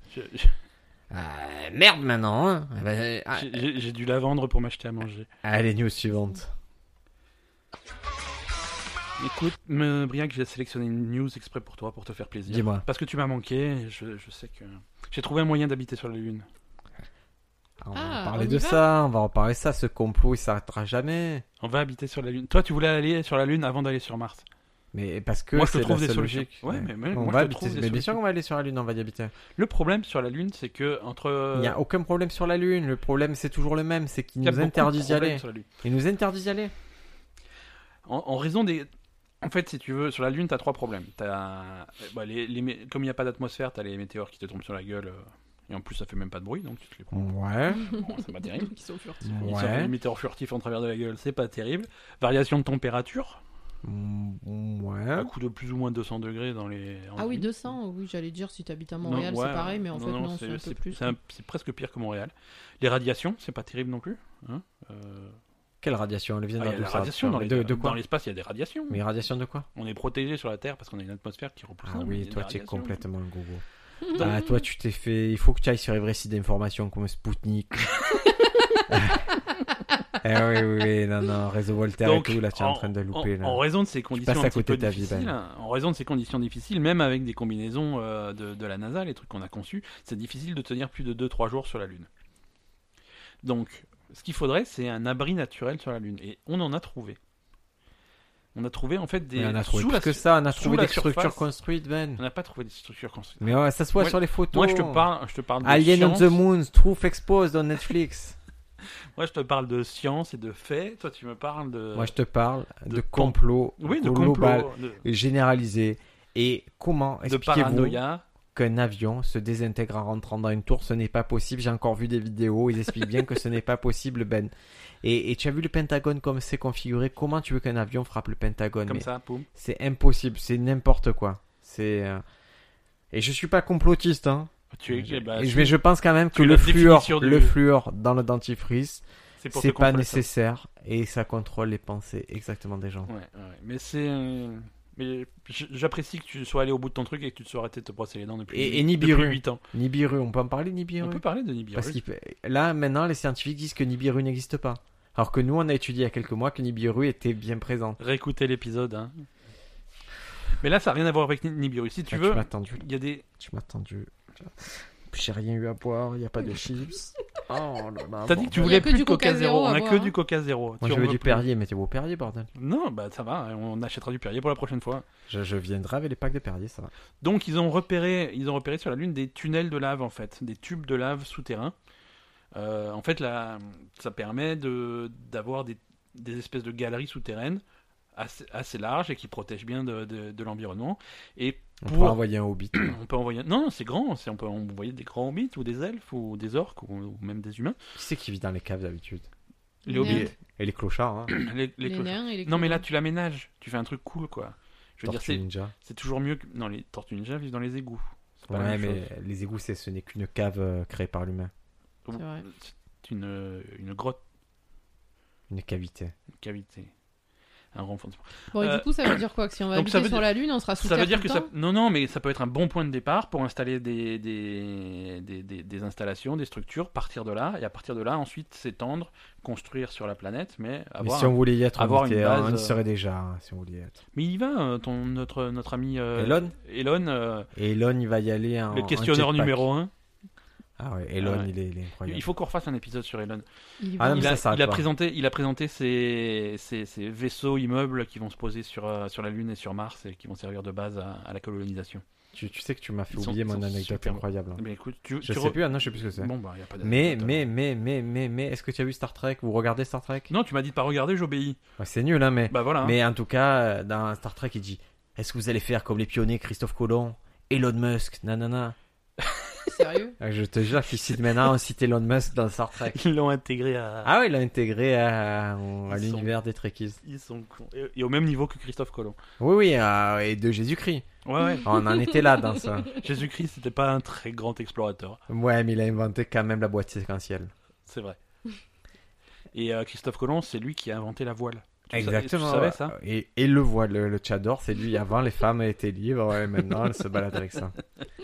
Merde maintenant, hein. J'ai dû la vendre pour m'acheter à manger. Allez, news suivante. Écoute, Briac, j'ai sélectionné une news exprès pour toi, pour te faire plaisir. Dis-moi. Parce que tu m'as manqué, et je sais que... J'ai trouvé un moyen d'habiter sur la Lune. On va Ah, en parler on y de va ça, on va en parler de ça, ce complot il s'arrêtera jamais. On va habiter sur la Lune. Toi, tu voulais aller sur la Lune avant d'aller sur Mars. Mais parce que Moi, je te c'est trouve la des seule solutions. logique. Ouais, mais on moi, va je te trouve habiter, des mais bien sûr solutions. qu'on va aller sur la Lune, on va y habiter. Le problème sur la Lune, c'est que entre... Il n'y a aucun problème sur la Lune, le problème c'est toujours le même, c'est qu'ils il y a nous beaucoup de interdisent d'y problèmes aller. sur la Lune. Ils nous interdisent d'y aller. En raison des... En fait, si tu veux, sur la Lune, t'as 3 problèmes. Bah, comme il n'y a pas d'atmosphère, t'as les météores qui te tombent sur la gueule. Et en plus, ça fait même pas de bruit, donc tu te les prends. Ouais, Bon, c'est pas terrible. Qui sont furtifs. Les ouais. météores furtifs en travers de la gueule, c'est pas terrible. Variation de température. Ouais. À coup de plus ou moins 200 degrés dans les. Ah oui, enduits. 200, oui, j'allais dire si t'habites à Non, Montréal, ouais, c'est pareil, mais en fait, non, c'est un peu plus. C'est presque pire que Montréal. Les radiations, c'est pas terrible non plus. Hein Quelle radiation? Elle vient il y a d'où des ça radiations dans de quoi? dans l'espace, il y a des radiations. Mais radiation de quoi? On est protégé sur la Terre parce qu'on a une atmosphère qui repousse. Ah Non, mais il y oui, a toi des tu es radiations. complètement un gogo. Ah, toi tu t'es fait. Il faut que tu ailles sur les vrais sites d'information comme Spoutnik. Oui, non, réseau Voltaire Donc, et tout, là tu es en train de louper. Là. En raison de ces conditions passes à un petit côté peu de ta vie, difficiles, Ben. en raison de ces conditions difficiles, même avec des combinaisons de la NASA, les trucs qu'on a conçus, c'est difficile de tenir plus de 2-3 jours sur la Lune. Donc, ce qu'il faudrait, c'est un abri naturel sur la Lune. Et on en a trouvé. On a trouvé en fait des. Mais on a trouvé sous plus la- que ça, on a sous trouvé la des structures surface. construites, Ben. On n'a pas trouvé des structures construites. Mais ouais, ça se voit Moi- sur les photos. Moi, je te parle de Alien on science. the Moon, Truth Exposed on Netflix. Moi, je te parle de science et de faits. Toi, tu me parles de. Moi, je te parle de de complot Oui, de global complot, et généralisé. Et comment de expliquez-vous paranoïa. qu'un avion se désintègre en rentrant dans une tour? Ce n'est pas possible. J'ai encore vu des vidéos. Ils expliquent bien que ce n'est pas possible, Ben. Et tu as vu le Pentagone comme c'est configuré? Comment tu veux qu'un avion frappe le Pentagone? Comme Mais ça, poum. c'est impossible. C'est n'importe quoi. Et je suis pas complotiste, hein. Bah, Je pense quand même que tu le la définition fluor dans le dentifrice, c'est pour c'est te pas contrôler ça. nécessaire et ça contrôle les pensées exactement des gens. Ouais. Mais c'est. Mais j'apprécie que tu sois allé au bout de ton truc et que tu te sois arrêté de te brosser les dents depuis, Et Nibiru. depuis 8 ans. Nibiru, on peut en parler On Nibiru? peut parler de Nibiru. Parce que là maintenant les scientifiques disent que Nibiru n'existe pas. Alors que nous on a étudié il y a quelques mois que Nibiru était bien présent. Réécoutez l'épisode. Hein. Mais là, ça n'a rien à voir avec Nibiru. Si tu Ah, veux, tu m'as tendu. il y a des. Tu m'as tendu. J'ai rien eu à boire, il n'y a pas de chips. Oh là là, T'as dit que tu Il y a voulais que plus du de Coca Coca Zéro. Zéro à On a boire, que hein. du Coca Zéro. Moi Tu je en veux veux du plus. Perrier, mettez-vous au Perrier bordel. Non, bah ça va. On achètera du Perrier pour la prochaine fois. Je viendrai avec les packs de Perrier, ça va. Donc ils ont repéré sur la Lune des tunnels de lave en fait, des tubes de lave souterrains. En fait, là, ça permet d'avoir des espèces de galeries souterraines assez larges et qui protègent bien de l'environnement. Et On peut envoyer un Hobbit. on peut envoyer. Non, c'est grand. On peut envoyer des grands hobbits ou des elfes ou des orques ou même des humains. Qui c'est qui vit dans les caves d'habitude? Les Les hobbits, nains. Et les clochards, hein. les Les cloches. nains et les Non, mais là, clowns. tu l'aménages. Tu fais un truc cool, quoi. Je veux dire, Tortue Ninja. c'est toujours mieux que. Non, les tortues ninja vivent dans les égouts. C'est pas la Ouais, même mais chose. les égouts, ce n'est qu'une cave créée par l'humain. C'est vrai. C'est une grotte, Une cavité. une cavité. Un renfoncement. Bon, et du coup, ça veut dire quoi? Que si on va donc ça habiter veut sur dire- la Lune, on sera sous Ça veut terre dire tout que le ça. temps Non, mais ça peut être un bon point de départ pour installer des installations, des structures, partir de là, et à partir de là, ensuite s'étendre, construire sur la planète, mais Mais avoir. si on voulait y être, avoir on, une était- base, on y serait déjà, hein, si on voulait y être. Mais il y va, notre ami Elon Elon, Et Elon, il va y aller en le en questionneur jetpack. numéro 1. Ah ouais, Elon, Ah ouais. il est incroyable. Il faut qu'on refasse un épisode sur Elon. Il Ah non, va- mais Il ça a, s'arrête il a pas. présenté ces vaisseaux immeubles qui vont se poser sur la Lune et sur Mars et qui vont servir de base à la colonisation. Tu sais que tu m'as fait Ils sont- oublier ils mon sont anecdote super. incroyable. hein. Mais écoute, Je sais plus, ah non, je sais plus ce que c'est. Bon, bah, y a pas Mais, d'anecdote. est-ce que tu as vu Star Trek? Vous regardez Star Trek? Non, tu m'as dit de pas regarder, j'obéis. Ouais, c'est nul, hein, mais... Bah voilà. hein. Mais en tout cas, dans Star Trek, il dit: est-ce que vous allez faire comme les pionniers Christophe Colomb, Elon Musk, nanana? Sérieux? Ah, je te jure qu'il cite maintenant, on cite Elon Musk dans Star Trek. Ils l'ont intégré à. Ah ouais, il l'a intégré à Ils l'univers des Trekkies. Ils sont cons. Et au même niveau que Christophe Colomb. Oui, et de Jésus-Christ. Ouais. On en était là dans ça. Jésus-Christ, c'était pas un très grand explorateur. Ouais, mais il a inventé quand même la boîte séquentielle. C'est vrai. Et Christophe Colomb, c'est lui qui a inventé la voile. Exactement. Tu savais ça? Et le voile, le tchador, c'est lui. Avant, les femmes étaient libres, ouais, maintenant, elles se baladent avec ça.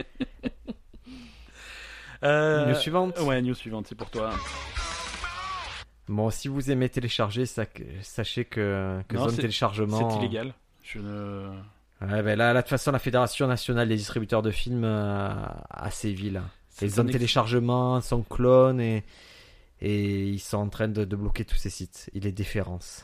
News suivante. Ouais, news suivante, c'est pour toi. Bon, si vous aimez télécharger, sachez que Non, zone téléchargement. C'est illégal. Je ne. Ouais, ben là, de toute façon, la Fédération nationale des distributeurs de films a sévi là. C'est Les zones un téléchargement sont clones et ils sont en train de bloquer tous ces sites. Il est déférence.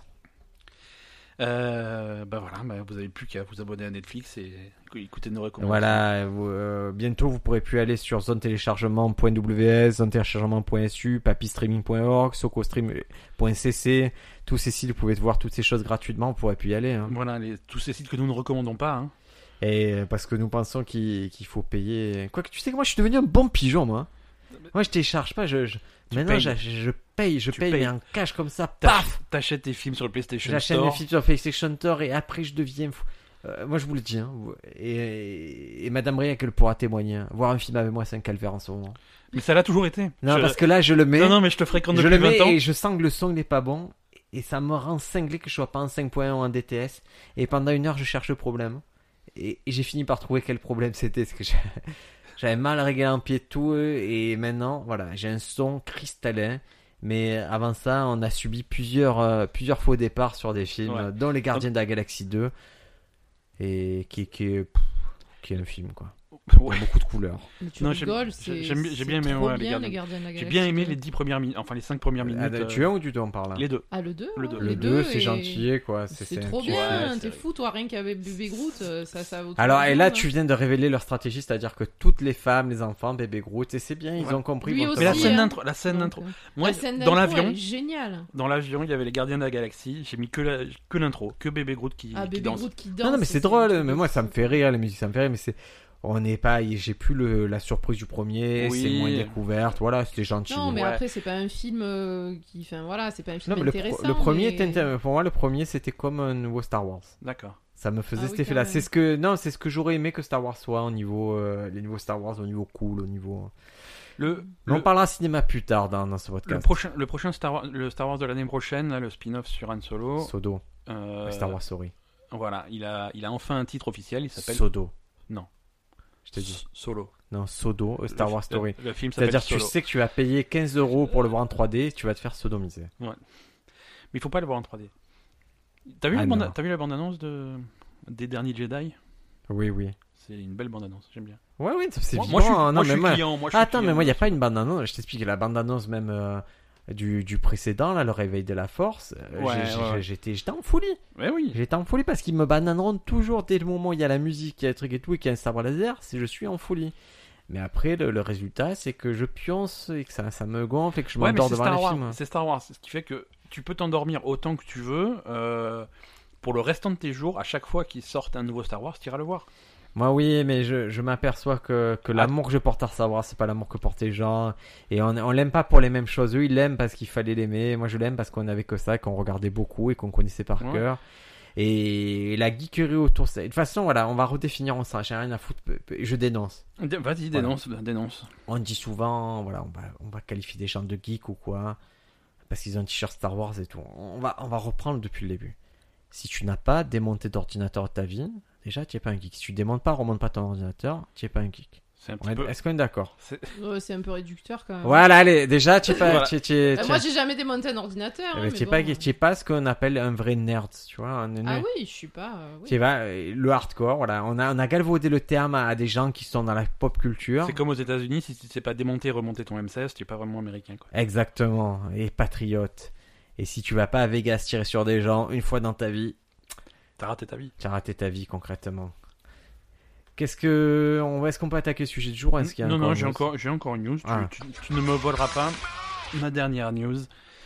Bah voilà, bah vous avez plus qu'à vous abonner à Netflix et écouter nos recommandations. Voilà, bientôt vous pourrez plus aller sur zonetéléchargement.ws, zonetéléchargement.su, papystreaming.org, socostream.cc, tous ces sites, vous pouvez voir toutes ces choses gratuitement, vous pourrez plus y aller. Hein. Voilà, tous ces sites que nous ne recommandons pas. Hein. Et parce que nous pensons qu'il faut payer. Quoique tu sais que moi je suis devenu un bon pigeon moi. Moi, je télécharge pas. Tu Maintenant, payes. je paye, Tu mais payes. en cash comme ça. Paf, t'achètes tes films sur le PlayStation J'achète Store. mes films sur PlayStation Store et après, je deviens fou. Moi, je vous le dis. Hein, et Madame Briac, elle pourra témoigner. Hein. Voir un film avec moi, c'est un calvaire en ce moment. Mais ça l'a toujours été. Non, parce que là, je le mets. Non, mais je te fréquente je depuis le mets 20 ans. et je sens que le son n'est pas bon. Et ça me rend cinglé que je sois pas en 5.1 ou en DTS. Et pendant 1 heure, je cherche le problème. Et j'ai fini par trouver quel problème c'était. Parce que j'avais mal réglé un pied de tout. Et maintenant, voilà, j'ai un son cristallin. Mais avant ça, on a subi plusieurs faux départs sur des films, Ouais. dont Les Gardiens de la Galaxie 2. Et qui est un film, quoi. Il y Ouais. a beaucoup de couleurs. Mais tu Non, rigoles, j'ai bien c'est aimé, trop ouais, bien, les les Gardiens de la J'ai Galaxie. bien aimé 2. les 10 premières minutes, enfin les 5 premières minutes. Tu es un ou tu t'en parles là Les deux. Ah, le 2 Le 2. Le 2, c'est gentil, quoi. C'est un trop petit- bien, ouais, t'es c'est- fou toi, rien qu'avec Bébé Groot, ça vaut tout Alors, le et là, monde, tu hein. viens de révéler leur stratégie, c'est-à-dire que toutes les femmes, les enfants, bébé Groot, et c'est bien, ils Ouais. ont compris. Lui vont te aussi, Mais la vendre. scène hein. d'intro, la scène Donc, d'intro. Moi, la scène dans d'intro, l'avion, elle est géniale. il y avait les Gardiens de la Galaxie. J'ai mis que l'intro, que Bébé Groot qui Ah, Bébé danse. Groot qui danse. Non, non, mais c'est un drôle, truc mais de moi, ça fou. me fait rire, la musique, ça me fait rire, mais c'est. On n'est pas. J'ai plus la surprise du premier, Oui. c'est moins découverte, voilà, c'était gentil. Non, mais Ouais. après, c'est pas un film qui. Enfin, voilà, c'est pas un film Non, mais intéressant. le premier, mais- pour moi, le premier, c'était comme un nouveau Star Wars. D'accord. Ça me faisait Ah cet oui, effet-là. quand C'est ce que j'aurais aimé que Star Wars soit au niveau. Les niveaux Star Wars, au niveau cool, au niveau. Mais on parlera cinéma plus tard dans ce podcast. le prochain Star Wars, le Star Wars de l'année prochaine, là, le spin-off sur Han Solo. Sodo. Star Wars, sorry. Voilà, il a enfin un titre officiel. Il s'appelle Sodo. Non. Je te dis. Solo. Non, Sodo, Star Wars Story. Le film s'appelle C'est-à-dire que tu Solo. sais que tu vas payer 15 € pour le voir en 3D, tu vas te faire sodomiser. Mais il faut pas le voir en 3D. T'as vu, Ah, non. t'as vu la bande-annonce des derniers Jedi? Oui, oui. C'est une belle bande-annonce, j'aime bien. Ouais, oui, c'est Moi, je suis, non, moi, je mais suis moi... client. Moi, je suis Attends, mais client. moi, il n'y a pas une bande-annonce. Je t'explique, la bande-annonce même du précédent, là, le réveil de la force, Ouais. j'étais en folie. Ouais, oui. J'étais en folie parce qu'ils me bananneront toujours dès le moment où il y a la musique, il y a le truc et tout, et qu'il y a un sabre laser, je suis en folie. Mais après, le résultat, c'est que je pionce et que ça me gonfle et que je Ouais, mais m'endors c'est devant Star les Wars. films. C'est Star Wars. Ce qui fait que tu peux t'endormir autant que tu veux. Pour le restant de tes jours, à chaque fois qu'ils sortent un nouveau Star Wars, tu iras le voir. Moi, oui, mais je m'aperçois que l'amour que je porte à Star Wars, c'est pas l'amour que portent les gens. Et on l'aime pas pour les mêmes choses. Eux, ils l'aiment parce qu'il fallait l'aimer. Moi, je l'aime parce qu'on n'avait que ça, qu'on regardait beaucoup et qu'on connaissait par Ouais. cœur. Et la geekerie autour, de toute façon, voilà, on va redéfinir ça. J'ai rien à foutre. Je dénonce. Vas-y, dénonce. On dit souvent, voilà, on va qualifier des gens de geeks ou quoi, parce qu'ils ont un t-shirt Star Wars et tout. On va reprendre depuis le début. Si tu n'as pas démonté d'ordinateur de ta vie, déjà, tu n'es pas un geek. Si tu démontes pas, remonte pas ton ordinateur, tu n'es pas un geek. C'est un petit peu. Est-ce qu'on est d'accord? Ouais, c'est un peu réducteur quand même. Voilà, allez, déjà, tu n'es pas. Voilà. Moi, j'ai jamais démonté un ordinateur. hein, mais Tu n'es bon. pas, tu es pas ce qu'on appelle un vrai nerd, tu vois. Ah oui, je suis pas. Oui. Tu vas, le hardcore, voilà. On a galvaudé le terme à des gens qui sont dans la pop culture. C'est comme aux États-Unis, si tu sais pas démonter et remonter ton M16, tu es pas vraiment américain, quoi. Exactement, et patriote. Et si tu vas pas à Vegas tirer sur des gens une fois dans ta vie, T'as raté ta vie. tu as raté ta vie concrètement. Est-ce qu'on peut attaquer le sujet du jour? Est-ce qu'il y a Non, encore non, une news j'ai encore une news. Ah. Tu ne me voleras pas ma dernière news.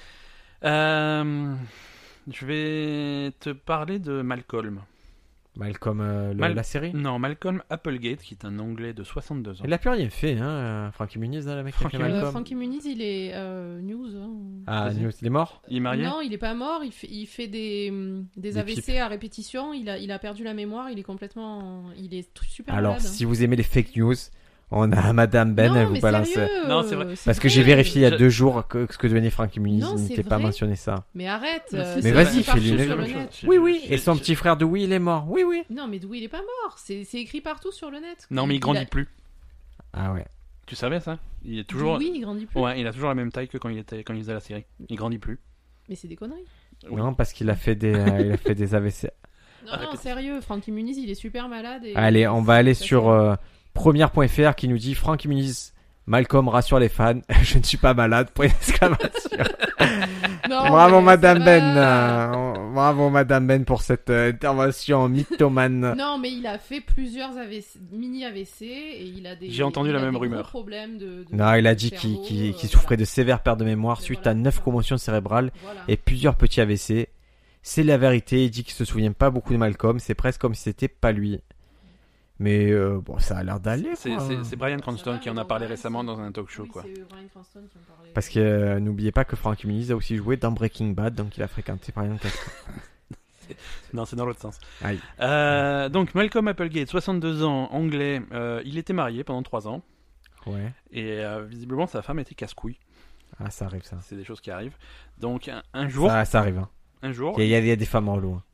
Je vais te parler de Malcolm. Malcolm, la série? Non, Malcolm Applegate, qui est un Anglais de 62 ans. Il a plus rien fait, hein, Frankie Muniz, là, le mec qui a fait Frankie Malcolm. Frankie Muniz, il est news. hein. Ah, Vas-y. News, il est mort? Il est marié? Non, il est pas mort. Il fait des AVC pipes. à répétition. Il a perdu la mémoire. Il est complètement. Il est super Alors, malade. si vous aimez les fake news, on a Madame Ben, non, elle vous mais balance. sérieux, Non, c'est vrai. Parce que vrai. j'ai vérifié il y a Je- 2 jours ce que devenait Frankie Muniz, Non, il c'est n'était pas vrai. mentionné ça. Mais arrête. Mais c'est Mais écrit vas-y, partout fais-lui une sur le éloge. net. Oui, oui, et son petit frère Dewey, il est mort. Oui, oui. Non, mais Dewey, il est pas mort. C'est écrit partout sur le net. Non, mais il grandit plus. Ah ouais. Tu savais ça? Il est toujours. Oui, il grandit plus. Ouais, il a toujours la même taille que quand il faisait la série. Il grandit plus. Mais c'est des conneries. Oui. Non, parce qu'il a fait des, il a fait des AVC. Non, Ah, non, répète. sérieux. Frankie Muniz, il est super malade. Et Allez, on va aller ça sur fait- première.fr qui nous dit Frankie Muniz, Malcolm rassure les fans, je ne suis pas malade, point d'exclamation. Non, Bravo mais Madame ça Ben, va. bravo Madame Ben pour cette intervention mythomane. Non, mais il a fait plusieurs mini AVC et il a des. J'ai entendu il la a même des gros rumeur. problèmes de Non, il a dit cerveau, qu'il souffrait de sévères pertes de mémoire Mais suite voilà, à 9 c'est ça. commotions cérébrales Voilà. et plusieurs petits AVC. C'est la vérité, il dit qu'il se souvient pas beaucoup de Malcolm, c'est presque comme si c'était pas lui. Mais bon, ça a l'air d'aller. C'est quoi. c'est Bryan Ça Cranston va, qui en mais a bon, parlé ouais, récemment c'est- dans un talk show, Oui, quoi. c'est Bryan Cranston qui en parlait. Parce que n'oubliez pas que Frank Muniz a aussi joué dans Breaking Bad, donc il a fréquenté Bryan Cranston. Non, c'est dans l'autre sens. Aïe. Donc, Malcolm Applegate, 62 ans, anglais. Il était marié pendant 3 ans. Ouais. Et visiblement, sa femme était casse-couille. Ah, ça arrive ça. C'est des choses qui arrivent. Donc, un jour, Ça arrive. Hein. un jour, Il y a des femmes reloues. Hein.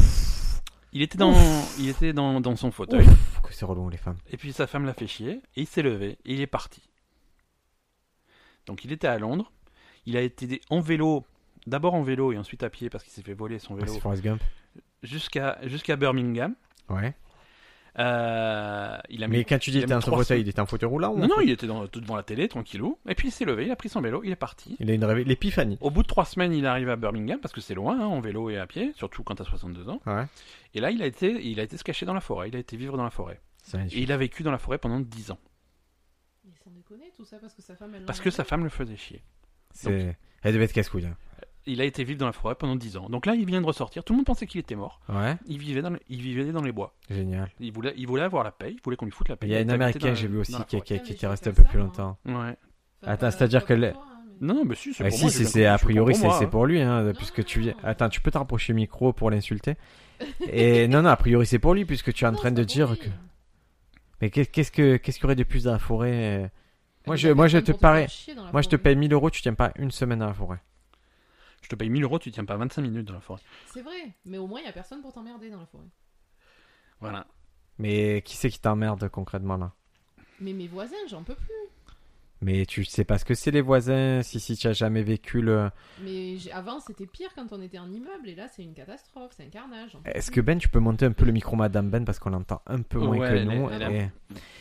il était dans son fauteuil. Ouf, que c'est relou les femmes. Et puis sa femme l'a fait chier. Et il s'est levé et il est parti. Donc, il était à Londres. Il a été en vélo, d'abord en vélo et ensuite à pied parce qu'il s'est fait voler son Ah, vélo c'est Forrest Gump. jusqu'à Birmingham. Ouais. Il a mis Mais quand tu dis il qu'il a était mis en son 300. fauteuil, il était en fauteuil roulant ou Non, en non, fauteuil- il était devant la télé, tranquillou. Et puis il s'est levé, il a pris son vélo, il est parti. Il a l'épiphanie. Au bout de 3 semaines, il arrive à Birmingham, parce que c'est loin, hein, en vélo et à pied, surtout quand t'as 62 ans. Ouais. Et là, il a été se cacher dans la forêt, il a été vivre dans la forêt. C'est Et magnifique. il a vécu dans la forêt pendant 10 ans. Il s'en déconne tout ça parce que sa femme elle Parce que sa femme le faisait chier. Elle devait être casse-couille. Hein. Il a été vivre dans la forêt pendant 10 ans. Donc là, il vient de ressortir, tout le monde pensait qu'il était mort. Ouais. Il vivait dans les bois. Génial. Il voulait avoir la paix, il voulait qu'on lui foute la paix. Il y a une était habité américaine, dans j'ai vu aussi, dans la qui forêt. était restée un je peu fais plus ça, longtemps. Ouais. Attends, c'est-à-dire que Non, mais si, c'est Ah, pour si, moi. c'est a priori pour moi, c'est hein. pour lui, hein, puisque tu viens. Attends, tu peux te rapprocher le micro pour l'insulter. Et non, a priori c'est pour lui, puisque tu es en train de dire que. Mais qu'est-ce qu'il y aurait de plus dans la forêt Moi, je te parie. Moi, je te paye 1000 euros, tu tiens pas une semaine dans la forêt. Je te paye 1000 euros, tu tiens pas 25 minutes dans la forêt. C'est vrai, mais au moins il y a personne pour t'emmerder dans la forêt. Voilà. Mais qui c'est qui t'emmerde concrètement là Mais mes voisins, j'en peux plus. Mais tu sais pas ce que c'est les voisins, si tu as jamais vécu le. Mais avant c'était pire quand on était en immeuble et là c'est une catastrophe, c'est un carnage. j'en peux Est-ce plus. que Ben, tu peux monter un peu le micro Madame Ben parce qu'on l'entend un peu moins Ouais, que elle nous. est-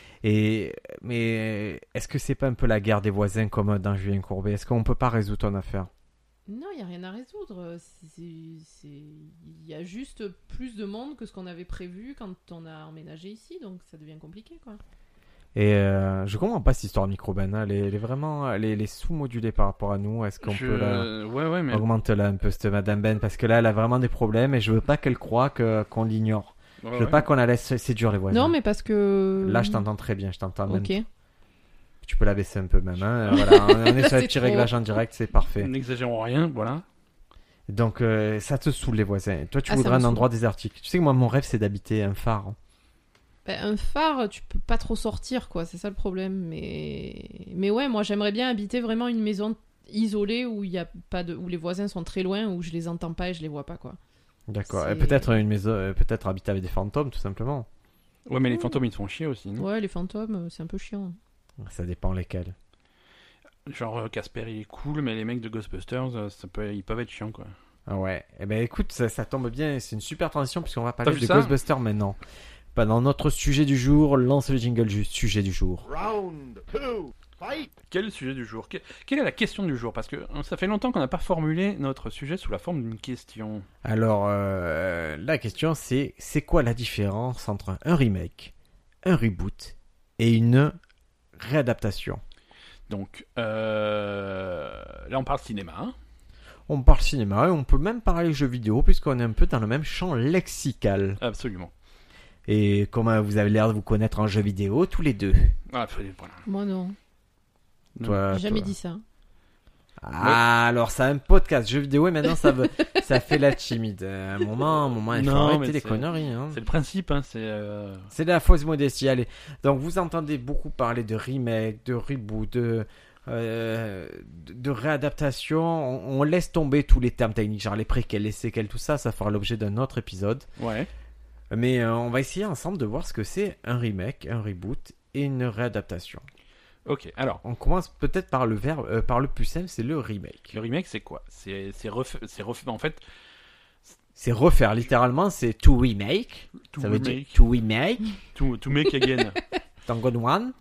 Mais est-ce que c'est pas un peu la guerre des voisins comme dans Julien Courbet Est-ce qu'on peut pas résoudre ton affaire Non, il n'y a rien à résoudre. Il y a juste plus de monde que ce qu'on avait prévu quand on a emménagé ici, donc ça devient compliqué, quoi. Et je comprends pas cette histoire de micro Ben. Elle est vraiment elle est sous-modulée par rapport à nous. Est-ce qu'on peut la Ouais, mais. augmenter un peu cette Madame Ben parce que là elle a vraiment des problèmes et je veux pas qu'elle croie qu'on l'ignore. Ouais, Je veux ouais. pas qu'on la laisse séduire les voisins. Non, mais parce que... Là je t'entends très bien, je t'entends même. Ok. Tu peux la baisser un peu même. Hein. Voilà, on est sur les C'est petits trop. réglages en direct, c'est parfait. N'exagérons rien, voilà. Donc ça te saoule les voisins. Toi tu Ah, ça voudrais me un endroit désertique. Tu sais que moi mon rêve c'est d'habiter un phare. Ben, un phare, tu peux pas trop sortir, quoi. C'est ça le problème. Mais ouais, moi j'aimerais bien habiter vraiment une maison isolée où il y a pas de, où les voisins sont très loin, où je les entends pas et je les vois pas, quoi. D'accord. C'est- Et peut-être une maison, peut-être habiter avec des fantômes tout simplement. Ouais, mais les fantômes ils te font chier aussi, non Ouais, les fantômes, c'est un peu chiant. Ça dépend lesquels. Genre Casper il est cool, mais les mecs de Ghostbusters, ils peuvent être chiants, quoi. Ah ouais. Eh ben écoute, ça tombe bien. C'est une super transition puisqu'on va parler vu de ça Ghostbusters maintenant. Pas dans notre sujet du jour. Lance le jingle du sujet du jour. Round 2, fight! Quel est le sujet du jour Quelle est la question du jour Parce que ça fait longtemps qu'on n'a pas formulé notre sujet sous la forme d'une question. Alors la question c'est quoi la différence entre un remake, un reboot et une réadaptation? Donc, là on parle cinéma. Hein. On parle cinéma et on peut même parler jeux vidéo puisqu'on est un peu dans le même champ lexical. Absolument. Et comme vous avez l'air de vous connaître en jeux vidéo tous les deux. Voilà. Moi non, Toi, j'ai jamais toi. dit ça. Ah, alors c'est un podcast jeux vidéo et maintenant ça fait la timide. À un moment il faut Non, arrêter mais les c'est- conneries. Hein. C'est le principe, hein, C'est de la fausse modestie. Allez. Donc vous entendez beaucoup parler de remake, de reboot, de réadaptation. On laisse tomber tous les termes techniques, genre les préquels, les séquelles, tout ça. Ça fera l'objet d'un autre épisode. Ouais. Mais on va essayer ensemble de voir ce que c'est un remake, un reboot et une réadaptation. Ok, alors, On commence peut-être par le verbe, par le plus simple, c'est le remake. le remake c'est quoi en fait, C'est refaire, littéralement, c'est to remake. to Ça veut remake, dire to remake, to make again. Tango One.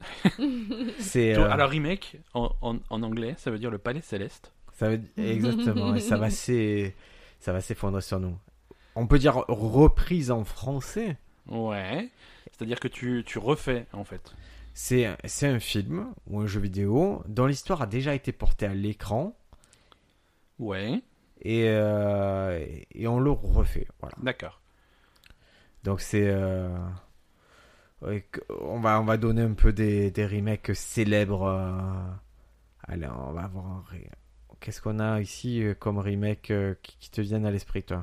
C'est Alors remake en anglais, ça veut dire le palais céleste. ça veut exactement. Et ça va s'effondrer sur nous. On peut dire reprise en français. Ouais. C'est-à-dire que tu refais en fait. C'est un film ou un jeu vidéo dont l'histoire a déjà été portée à l'écran Ouais. et on le refait. Voilà. D'accord. Donc c'est On va donner un peu des remakes célèbres. Allez, on va voir. Qu'est-ce qu'on a ici comme remake qui te viennent à l'esprit, toi?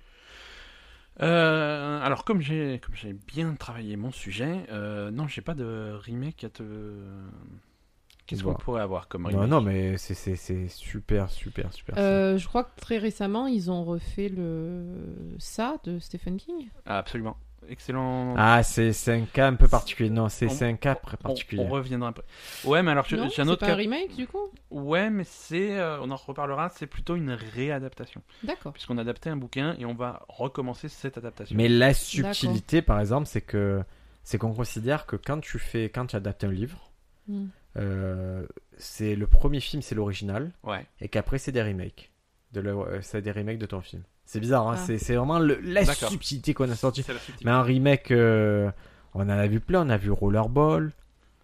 Alors comme j'ai bien travaillé mon sujet, non, j'ai pas de remake à te. Qu'est-ce qu'on Bon. pourrait avoir comme remake? Non, mais c'est super. Je crois que très récemment, ils ont refait ça de Stephen King. Ah, absolument. Excellent. Ah, c'est un cas un peu particulier. Non, c'est un cas particulier. On reviendra après. Ouais, mais alors Non, j'ai un c'est autre pas cas. un remake du coup. Ouais, mais on en reparlera. C'est plutôt une réadaptation, D'accord. puisqu'on a adapté un bouquin et on va recommencer cette adaptation. Mais la subtilité, par exemple, c'est qu'on considère que quand tu adaptes un livre, Hmm. c'est le premier film, c'est l'original, Ouais. et qu'après c'est des remakes. C'est des remakes de ton film. C'est bizarre, hein. Ah. C'est vraiment la D'accord. subtilité qu'on a sorti. C'est la suite. Mais un remake, on en a vu plein. On a vu Rollerball.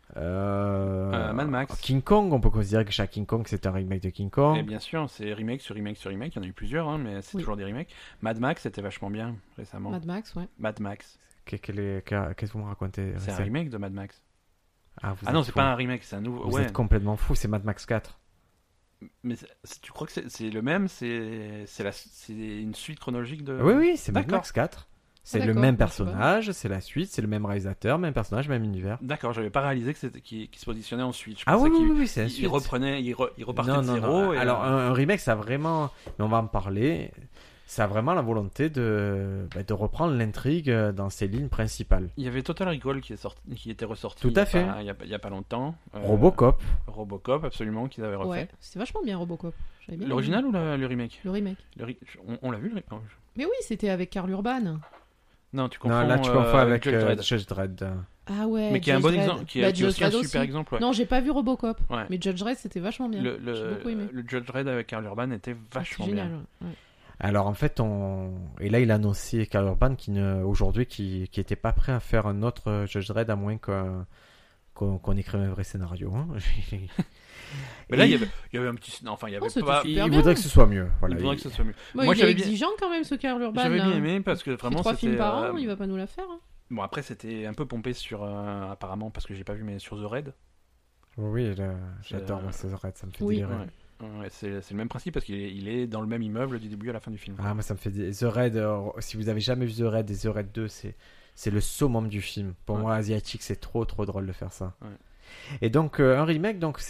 Mad Max. King Kong, on peut considérer que chaque King Kong c'est un remake de King Kong. Et bien sûr, c'est remake sur remake sur remake. Il y en a eu plusieurs, hein, mais c'est Oui. toujours des remakes. Mad Max, c'était vachement bien récemment. Mad Max, ouais. Mad Max. Qu'est-ce que vous me racontez? C'est un remake de Mad Max. Ah, Ah non, c'est pas un remake, c'est un nouveau. Vous Ouais. êtes complètement fou, c'est Mad Max 4. Mais tu crois que c'est le même? C'est une suite chronologique de. Oui, c'est Mad D'accord. Max 4. C'est le d'accord, même je sais pas. personnage, c'est la suite, c'est le même réalisateur, même personnage, même univers. D'accord, j'avais pas réalisé que c'était qu'il se positionnait en suite. Je Ah pensais oui, qu'il- c'est la il suite. reprenait, il repartait Non, de non, zéro. non. Et, Alors, un remake, ça a vraiment. Mais on va en parler. Ça a vraiment la volonté de reprendre l'intrigue dans ses lignes principales. il y avait Total Recall qui était ressorti. Tout à fait. Il y a pas longtemps. Robocop. Robocop, absolument, qu'ils avaient refait. Ouais, c'était vachement bien Robocop. J'avais bien L'original aimé. ou le remake? Le remake. On l'a vu le remake? Non, Mais oui, c'était avec Karl Urban. Non, tu confonds. Non, là, tu confonds avec Judge Dredd. Judge Dredd. Ah ouais. Mais qui est un Judge bon Dredd. exemple, qui Bah, est Judge aussi un Dredd super aussi. exemple. Ouais. Non, j'ai pas vu Robocop. Ouais. Mais Judge Dredd, c'était vachement bien. J'ai beaucoup aimé. Le Judge Dredd avec Karl Urban était C'est vachement génial. bien. Ouais. Alors, en fait, et là, il a annoncé Karl Urban aujourd'hui qui était pas prêt à faire un autre Judge Dredd à moins qu'on écrive un vrai scénario. Hein. Mais là, Et il y avait un petit. Enfin, il y avait Oh, c'était pas. super. il bien. voudrait que ce soit mieux. Voilà. Il faudrait que ce soit mieux. Bon, Moi, il est j'avais bien- exigeant quand même ce Karl Urban. J'avais bien là. aimé parce que Il fait vraiment 3 c'était. films par an, il va pas nous la faire. Hein. Bon, après, c'était un peu pompé sur. Apparemment, parce que j'ai pas vu, mais sur The Raid. Oui, j'adore moi, ce Red, ça me fait Oui. délirer. Ouais, c'est le même principe parce qu'il est dans le même immeuble du début à la fin du film. Ah, moi, ça me fait The Raid. Si vous avez jamais vu The Raid et The Raid 2, c'est le summum du film. Pour Ouais. moi, asiatique, c'est trop drôle de faire ça. Ouais. Et donc, un remake, donc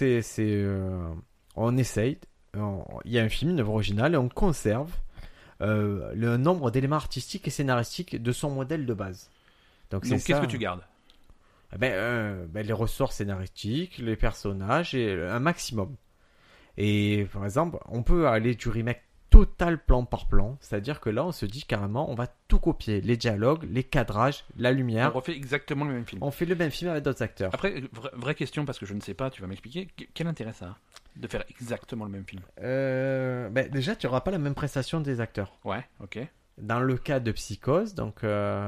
on essaye. Il y a un film, une œuvre originale, et on conserve le nombre d'éléments artistiques et scénaristiques de son modèle de base. Donc, Donc, c'est qu'est-ce ça. que tu gardes? Les ressorts scénaristiques, les personnages et un maximum. Et par exemple, on peut aller du remake total plan par plan, c'est-à-dire que là on se dit carrément on va tout copier, les dialogues, les cadrages, la lumière, On refait exactement le même film. on fait le même film avec d'autres acteurs. Après, vraie question parce que je ne sais pas, tu vas m'expliquer. Quel intérêt ça a de faire exactement le même film? Déjà tu n'auras pas la même prestation des acteurs. Ouais, ok. Dans le cas de Psychose, donc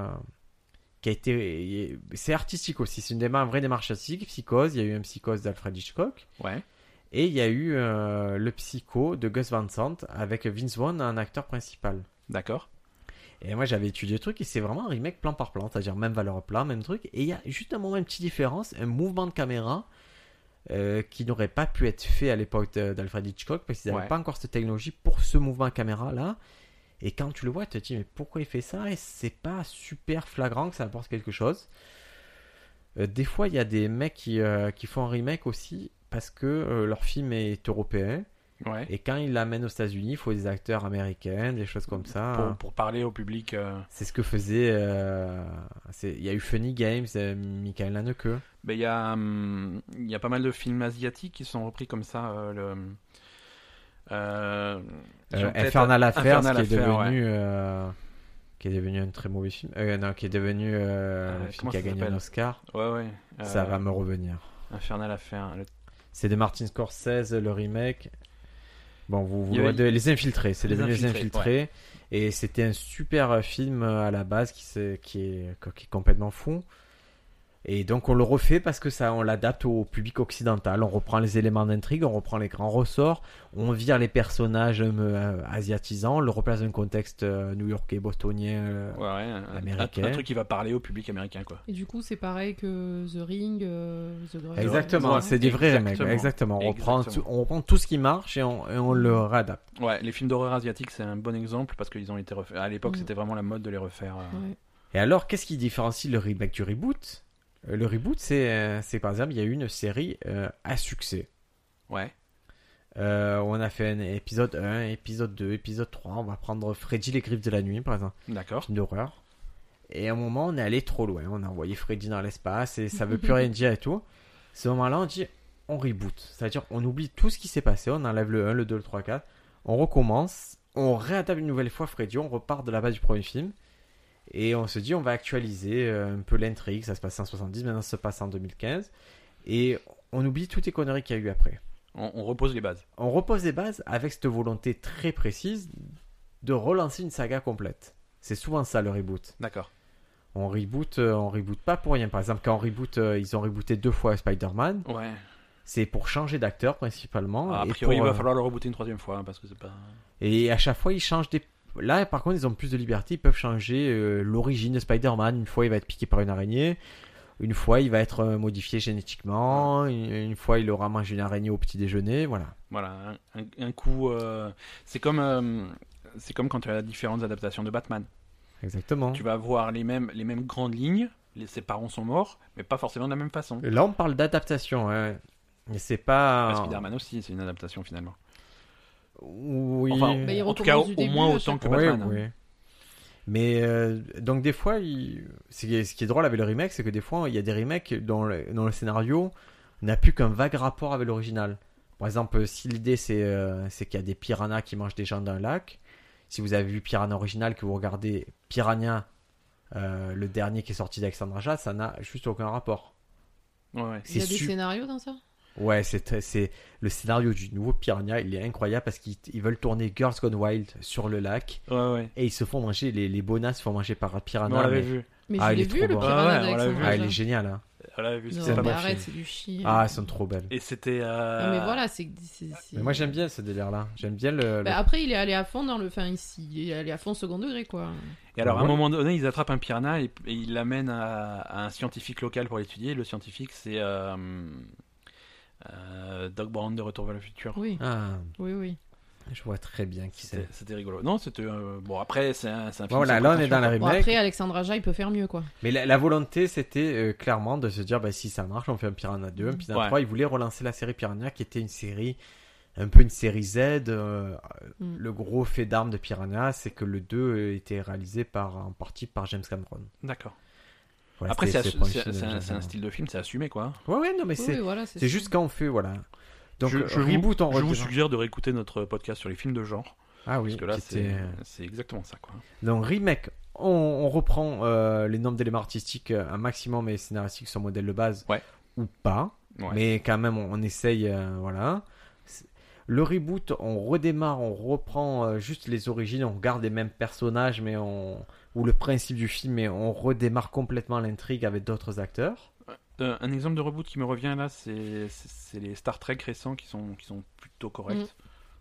c'est artistique aussi, c'est une vraie démarche artistique. Psychose, il y a eu un Psychose d'Alfred Hitchcock. Ouais. Et il y a eu le Psycho de Gus Van Sant avec Vince Vaughn, un acteur principal. D'accord. Et moi j'avais étudié le truc et c'est vraiment un remake plan par plan, c'est-à-dire même valeur plan, même truc. Et il y a juste un moment, une petite différence, un mouvement de caméra qui n'aurait pas pu être fait à l'époque d'Alfred Hitchcock parce qu'ils n'avaient Ouais. pas encore cette technologie pour ce mouvement de caméra là. Et quand tu le vois, tu te dis mais pourquoi il fait ça? Et c'est pas super flagrant que ça apporte quelque chose. Des fois il y a des mecs qui font un remake aussi parce que leur film est européen Ouais. et quand ils l'amènent aux États-Unis, il faut des acteurs américains, des choses comme ça. Pour parler au public. C'est ce que faisait. Il y a eu Funny Games, Michael Haneke. Ben, il y a pas mal de films asiatiques qui sont repris comme ça. J'ai en tête Infernal Affairs, Infernal qui est Affairs, devenu. Qui est devenu un très mauvais film. Non, qui est devenu un film comment qui a ça gagné un s'appelle Oscar. Ouais. Ça va me revenir. Infernal Affairs. C'est de Martin Scorsese, le remake. Bon, Il y avait- voyez, Les Infiltrés, c'est Les devenu Les Infiltrés, Infiltrés. Et c'était un super film à la base qui est complètement fou. Et donc on le refait parce que ça, on l'adapte au public occidental. On reprend les éléments d'intrigue, on reprend les grands ressorts, on vire les personnages asiatisants, on le replace dans un contexte new-yorkais, bostonien, américain. Un truc qui va parler au public américain, quoi. Et du coup, c'est pareil que The Ring, The Grudge. Exactement, Ouais, c'est des vrais remakes. exactement. Exactement. Exactement. On reprend tout ce qui marche et on le réadapte. Ouais, les films d'horreur asiatiques, c'est un bon exemple parce qu'ils ont été refaits. À l'époque, Mm. c'était vraiment la mode de les refaire. Ouais. Et alors, qu'est-ce qui différencie le remake du reboot? Le reboot, c'est par exemple, il y a eu une série à succès. Ouais. On a fait un épisode 1, épisode 2, épisode 3. On va prendre Freddy les griffes de la nuit, par exemple, D'accord. film d'horreur. Et à un moment, on est allé trop loin. On a envoyé Freddy dans l'espace et ça veut plus rien dire et tout. Ce moment-là, on dit, on reboot. C'est-à-dire, on oublie tout ce qui s'est passé. On enlève le 1, le 2, le 3, 4. On recommence. On réadapte une nouvelle fois Freddy. On repart de la base du premier film. Et on se dit, on va actualiser un peu l'intrigue. Ça se passe en 70, maintenant ça se passe en 2015. Et on oublie toutes les conneries qu'il y a eu après. On repose les bases. On repose les bases avec cette volonté très précise de relancer une saga complète. C'est souvent ça le reboot. D'accord. On reboot pas pour rien. Par exemple, quand on reboot, ils ont rebooté 2 fois Spider-Man. Ouais. C'est pour changer d'acteur principalement. A et priori, pour, il va falloir le rebooter une troisième fois hein, parce que c'est pas. Et à chaque fois, ils changent des. Là, par contre, ils ont plus de liberté. Ils peuvent changer l'origine de Spider-Man. Une fois, il va être piqué par une araignée. Une fois, il va être modifié génétiquement. Une fois, il aura mangé une araignée au petit déjeuner. Voilà. Voilà. Un coup. C'est comme quand tu as différentes adaptations de Batman. Exactement. Tu vas avoir les mêmes grandes lignes. Ses parents sont morts, mais pas forcément de la même façon. Là, on parle d'adaptation. Hein. Mais c'est pas. Spider-Man aussi, c'est une adaptation finalement. Oui. Enfin, Mais il en tout cas, recommence du au début, moins à autant chaque que fois. Batman. Oui, oui. Mais donc des fois, ce qui est drôle avec le remake, c'est que des fois, il y a des remakes dont le scénario n'a plus qu'un vague rapport avec l'original. Par exemple, si l'idée c'est qu'il y a des piranhas qui mangent des gens dans un lac, si vous avez vu Piranha original, que vous regardez Piranha, le dernier qui est sorti d'Alexandre Aja, ça n'a juste aucun rapport. Ouais. Il y a C'est des scénarios dans ça? Ouais, c'est le scénario du nouveau Piranha, il est incroyable parce qu'ils veulent tourner Girls Gone Wild sur le lac Ouais. et ils se font manger, les bonas se font manger par Piranha. On l'avait mais- vu. Mais Ah, je il l'ai est vu, trop le bon. Piranha Ah ouais, on l'a d'Alexandre vu. Ah, il Aja. est génial. Hein. On l'avait vu. Non, C'est un pas mais bon mal. arrête, film. c'est du chier. Ah, elles sont trop belles. Et c'était. Non, mais voilà, c'est. Mais moi j'aime bien ce délire-là. J'aime bien le. Bah, après, il est allé à fond dans le. Enfin, ici, il est allé à fond second degré, quoi. Et alors, à un Ouais. moment donné, ils attrapent un piranha et ils l'amènent à un scientifique local pour l'étudier. Le scientifique, c'est Doc Brown de Retour vers le futur. Oui, Ah, oui. je vois très bien qui c'est. C'était rigolo. Non, c'était. Bon, après, c'est un film. Voilà, sans là on est dans la Bon, remake. après, Alexandre Aja, il peut faire mieux, quoi. Mais la volonté c'était clairement de se dire bah, si ça marche, on fait un Piranha 2, un Piranha Ouais. 3. Ils voulaient relancer la série Piranha qui était une série, un peu une série Z. Le gros fait d'armes de Piranha, c'est que le 2 était réalisé en partie par James Cameron. D'accord. Voilà, Après, c'était c'est ses premiers films de un James Cameron. style de film, c'est assumé, quoi. Ouais, non, mais Oui, c'est oui, voilà, c'est juste quand on fait, voilà. Donc, je reboot en je vous redémarre. suggère de réécouter notre podcast sur les films de genre. Ah oui, Parce que là, qui était- c'est exactement ça, quoi. Donc, remake, on reprend les nombres d'éléments artistiques un maximum et scénaristiques sur modèle de base. Ouais. Ou pas. Ouais. Mais quand même, on essaye, voilà. Le reboot, on redémarre, on reprend juste les origines, on garde les mêmes personnages, ou le principe du film, mais on redémarre complètement l'intrigue avec d'autres acteurs. Un exemple de reboot qui me revient là, c'est les Star Trek récents qui sont plutôt corrects.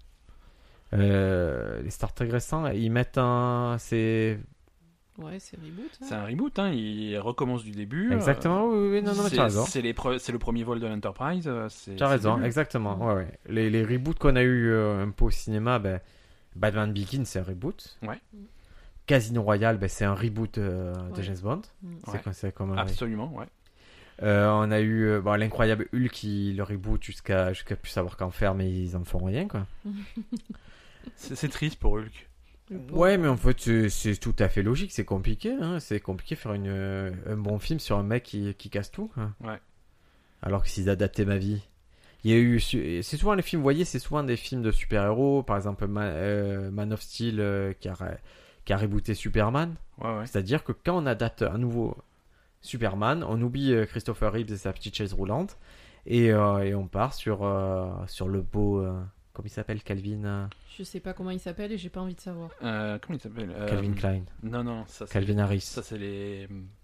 Les Star Trek récents, ils mettent c'est Ouais, c'est reboot. hein. C'est un reboot, hein, ils recommencent du début. exactement, oui, non, mais tu as raison. C'est le premier vol de l'Enterprise. Tu as raison, exactement. Ouais. Les reboots qu'on a eu un peu au cinéma, Batman Begins, c'est un reboot. Ouais. Casino Royale, c'est un reboot de Ouais. James Bond. Ouais. C'est comme un- Absolument, ouais. on a eu l'incroyable Hulk qui le reboot jusqu'à plus savoir qu'en faire, mais ils en font rien, quoi. C'est triste pour Hulk. Le pauvre. Ouais, mais en fait, c'est tout à fait logique. C'est compliqué, hein. C'est compliqué de faire un bon film sur un mec qui casse tout, quoi. Ouais. Alors que s'ils adaptaient ma vie. Il y a eu, c'est souvent les films, vous voyez, c'est souvent des films de super-héros. Par exemple, Man of Steel qui a rebooté Superman. Ouais. C'est-à-dire que quand on adapte un nouveau Superman, on oublie Christopher Reeves et sa petite chaise roulante et on part sur le beau. Comment il s'appelle, Calvin Je sais pas comment il s'appelle et j'ai pas envie de savoir. Comment il s'appelle Calvin Klein. Non, ça c'est. Calvin Harris. Ça c'est les.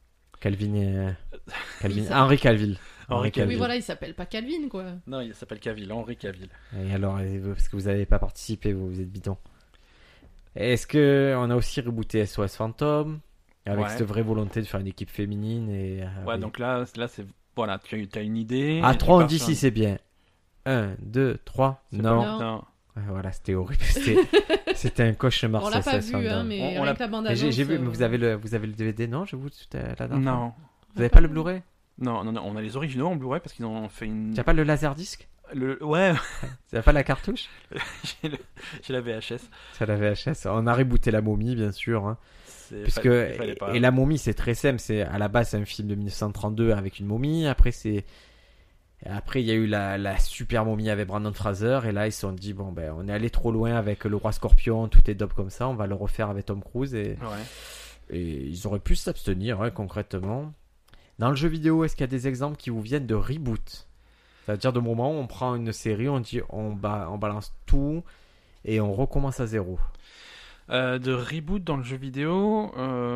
Henry Cavill. Henry Cavill. Oui, voilà, il s'appelle pas Calvin, quoi. Non, il s'appelle Cavill, Henry Cavill. Et alors, parce que vous n'avez pas participé, vous êtes bidon. Est-ce qu'on a aussi rebooté SOS Phantom avec Ouais. cette vraie volonté de faire une équipe féminine et Ouais, donc là c'est. Voilà, tu as une idée. à et tu 3 on pars dit sur si un- c'est bien. 1, 2, 3. c'est Non. pas- non. Ouais, voilà, c'était horrible. C'était un cauchemar. On l'a pas SOS vu, hein, Phantom. mais On avec la bande Mais j'ai vu, mais vous avez le DVD, non? Je vous la dernière fois. Non. Vous avez pas le Blu-ray? Non, on a les originaux en Blu-ray parce qu'ils ont fait une. Tu as pas le Laserdisc? Ouais, Tu as pas la cartouche? j'ai la VHS. C'est la VHS. On a rebooté La Momie, bien sûr. Hein. Puisque, il fallait pas. et La Momie, c'est très simple. À la base, c'est un film de 1932 avec une momie. Après, il y a eu la super momie avec Brandon Fraser. Et là, ils se sont dit, bon, ben, on est allé trop loin avec le roi scorpion, tout est dope comme ça. On va le refaire avec Tom Cruise. Et Ouais. ils auraient pu s'abstenir, hein, concrètement. Dans le jeu vidéo, est-ce qu'il y a des exemples qui vous viennent de reboot? C'est-à-dire de moment où on prend une série, on dit on balance tout et on recommence à zéro. De reboot dans le jeu vidéo,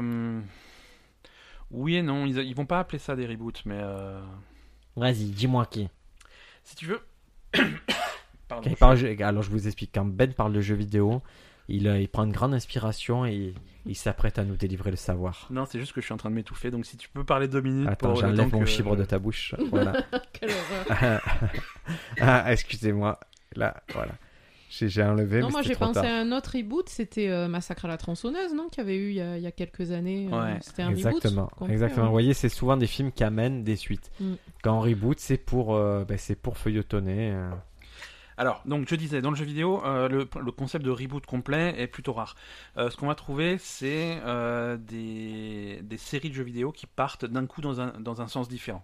oui et non. Ils vont pas appeler ça des reboots, mais Vas-y, dis-moi qui. si tu veux. Pardon. Quand alors je vous explique, quand Ben parle de jeux vidéo, il prend une grande inspiration et il s'apprête à nous délivrer le savoir. Non, c'est juste que je suis en train de m'étouffer, donc si tu peux parler 2 minutes Attends, pour le j'enlève temps mon que chibre de ta bouche. Voilà. Quelle horreur. Excusez-moi. Là, voilà. J'ai enlevé, Non, mais moi c'était j'ai trop pensé tard. à un autre reboot, c'était Massacre à la tronçonneuse, non? Qu'il y avait eu il y a quelques années. Ouais. C'était un Exactement. reboot. complet, Exactement. Vous hein. voyez, c'est souvent des films qui amènent des suites. Mm. Quand on reboot, c'est pour feuilletonner. Alors, donc je disais, dans le jeu vidéo, le concept de reboot complet est plutôt rare. Ce qu'on va trouver, c'est des séries de jeux vidéo qui partent d'un coup dans un sens différent.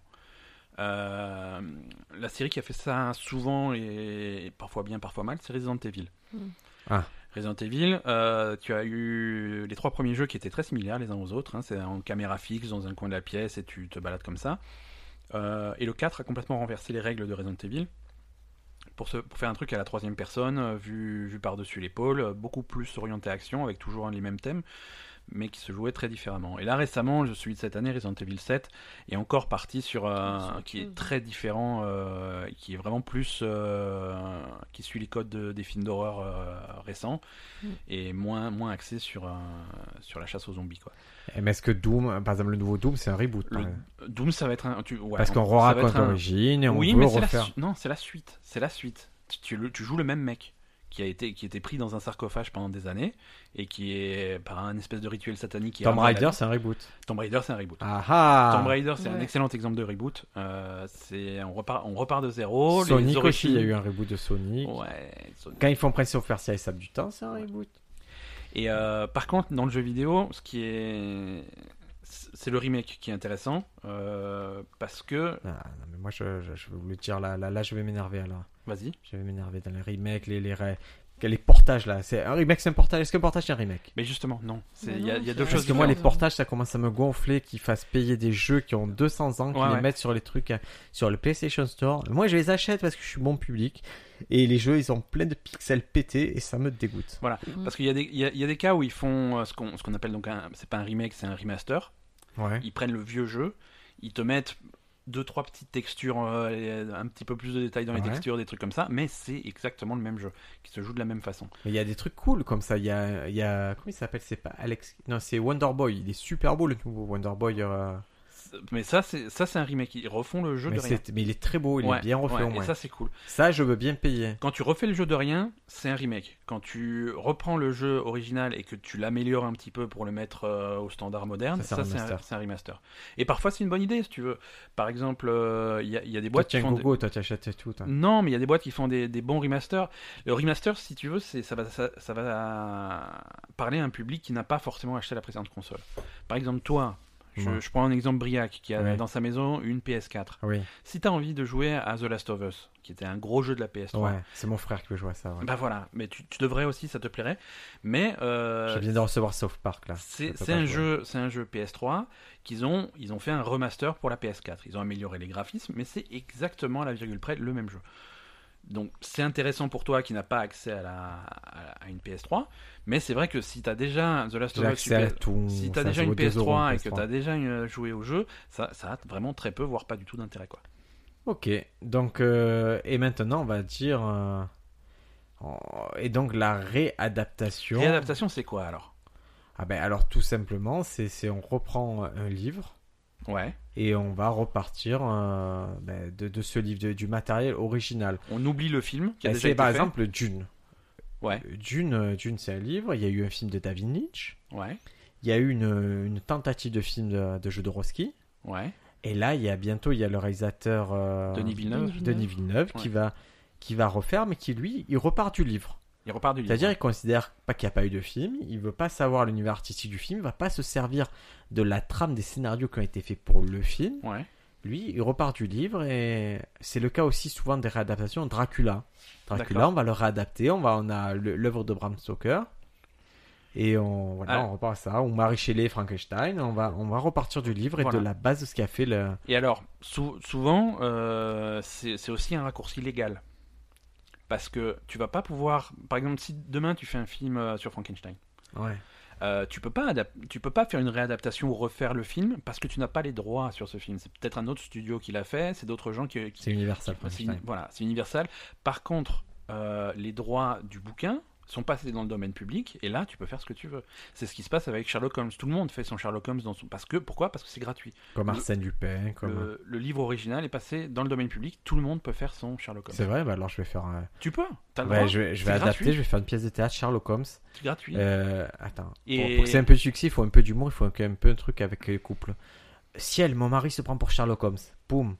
La série qui a fait ça souvent et parfois bien, parfois mal, c'est Resident Evil. Ah. Resident Evil, tu as eu les 3 premiers jeux qui étaient très similaires les uns aux autres. Hein, c'est en caméra fixe dans un coin de la pièce et tu te balades comme ça. Et le 4 a complètement renversé les règles de Resident Evil. Pour faire un truc à la 3e personne, vu par-dessus l'épaule, beaucoup plus orienté action, avec toujours les mêmes thèmes, mais qui se jouait très différemment. Et là, récemment, celui de cette année, Resident Evil 7, est encore parti sur qui est très différent, qui est vraiment plus... qui suit les codes des films d'horreur récents, et moins axé sur la chasse aux zombies, quoi. Mais est-ce que Doom, par exemple, le nouveau Doom, c'est un reboot par exemple Doom, ça va être un... Parce qu'on raconte l'origine et on oui, veut mais refaire. non, c'est la suite. C'est la suite. Tu joues le même mec qui était pris dans un sarcophage pendant des années et qui est par un espèce de rituel satanique. Tomb Raider, c'est un reboot. Tomb Raider, c'est un reboot. Ah ah. Tomb Raider, c'est un Ouais. excellent exemple de reboot. On repart de zéro. les Sonic origines- aussi, il y a eu un reboot de Sonic. Ouais. Quand ils font Prince of Persia et Sable du Temps, c'est un reboot. Et par contre, dans le jeu vidéo, c'est le remake qui est intéressant parce que. Ah, non, mais moi, je vais vous le dire, là, je vais m'énerver alors. Vas-y. Je vais m'énerver dans les remakes, les portages là. C'est un remake, c'est un portage. Est-ce qu'un portage, c'est un remake? Mais justement, non. Mais Il y a non, deux c'est- choses. Parce que moi, les différentes. portages, ça commence à me gonfler qu'ils fassent payer des jeux qui ont 200 ans, qu'ils Ouais, les ouais. mettent sur les trucs, sur le PlayStation Store. Moi, je les achète parce que je suis bon public. Et les jeux, ils ont plein de pixels pétés et ça me dégoûte. Parce qu'il y a des cas où ils font ce qu'on appelle donc c'est pas un remake, c'est un remaster. Ouais. Ils prennent le vieux jeu, ils te mettent 2-3 petites textures, un petit peu plus de détails dans les Ouais. textures, des trucs comme ça, mais c'est exactement le même jeu, qui se joue de la même façon. Mais il y a des trucs cool comme ça. Il y a comment il s'appelle? C'est pas Alex. Non, c'est Wonder Boy. Il est super beau le nouveau Wonder Boy. Mais ça c'est un remake, ils refont le jeu Mais, de rien. mais il est très beau. Il Ouais, est bien refait ouais, au et moins. ça c'est cool. Ça, je veux bien payer. Quand tu refais le jeu de rien, c'est un remake. Quand tu reprends le jeu original et que tu l'améliores un petit peu pour le mettre au standard moderne, Ça, c'est un ça remaster. c'est un remaster. Et parfois c'est une bonne idée si tu veux. Par exemple, il y a des Toi, boîtes tu es qui un font gogo, toi, tu achètes tout. Toi. Non, mais il y a des boîtes qui font des bons remasters. Le remaster, si tu veux, ça va parler à un public qui n'a pas forcément acheté la précédente console. Par exemple, toi, Ouais. je prends un exemple Briac qui a Ouais. dans sa maison une PS4. Oui. Si tu as envie de jouer à The Last of Us, qui était un gros jeu de la PS3, Ouais. C'est mon frère qui veut jouer à ça. Ouais. bah voilà, mais tu devrais aussi, ça te plairait. Mais Je viens de recevoir South Park là. Je peux c'est pas un jouer. jeu PS3 ils ont fait un remaster pour la PS4. Ils ont amélioré les graphismes, mais c'est exactement à la virgule près le même jeu. Donc c'est intéressant pour toi qui n'as pas accès à une PS3, mais c'est vrai que si tu as déjà The Last J'ai of Us accès à tout. si tu as ça, déjà ça une vaut 2 euros, PS3 et PS3. que tu as déjà joué au jeu, ça a vraiment très peu, voire pas du tout d'intérêt, quoi. Ok, donc et maintenant on va dire et donc la réadaptation. Réadaptation, c'est quoi alors? Ah ben alors tout simplement c'est on reprend un livre Ouais. et on va repartir de ce livre du matériel original. On oublie le film qui a déjà C'est été par fait. exemple Dune. Ouais. Dune c'est un livre. Il y a eu un film de David Lynch. Ouais. Il y a eu une tentative de film de Jodorowsky. Ouais. Et là il y a le réalisateur Denis Villeneuve. Denis Villeneuve Ouais. qui va refaire, mais qui lui il repart du livre. Il repart du livre. C'est-à-dire, il considère pas qu'il n'y a pas eu de film, il veut pas savoir l'univers artistique du film, il va pas se servir de la trame des scénarios qui ont été faits pour le film. Ouais. Lui, il repart du livre et c'est le cas aussi souvent des réadaptations. Dracula, D'accord. on va le réadapter, on a l'œuvre de Bram Stoker et on repart à ça. Ou Marie Shelley, Frankenstein, on va repartir du livre et Voilà. de la base de ce qu'a fait le. Et alors, souvent, c'est aussi un raccourci légal. Parce que tu vas pas pouvoir... Par exemple, si demain tu fais un film sur Frankenstein, Ouais. tu peux pas faire une réadaptation ou refaire le film parce que tu n'as pas les droits sur ce film. C'est peut-être un autre studio qui l'a fait, c'est d'autres gens qui C'est Universal. voilà, c'est Universal. Par contre, les droits du bouquin sont passés dans le domaine public et là tu peux faire ce que tu veux. C'est ce qui se passe avec Sherlock Holmes. Tout le monde fait son Sherlock Holmes pourquoi? Parce que c'est gratuit. Comme Arsène Lupin, comme. Le livre original est passé dans le domaine public, tout le monde peut faire son Sherlock Holmes. C'est vrai, bah alors je vais faire. Tu peux, t'as le Ouais, droit. je vais C'est adapter, gratuit. je vais faire une pièce de théâtre Sherlock Holmes. C'est gratuit. Attends. Et- Pour que c'est un peu de succès, il faut un peu d'humour, il faut un peu un truc avec les couples. Ciel, mon mari se prend pour Sherlock Holmes. Boum.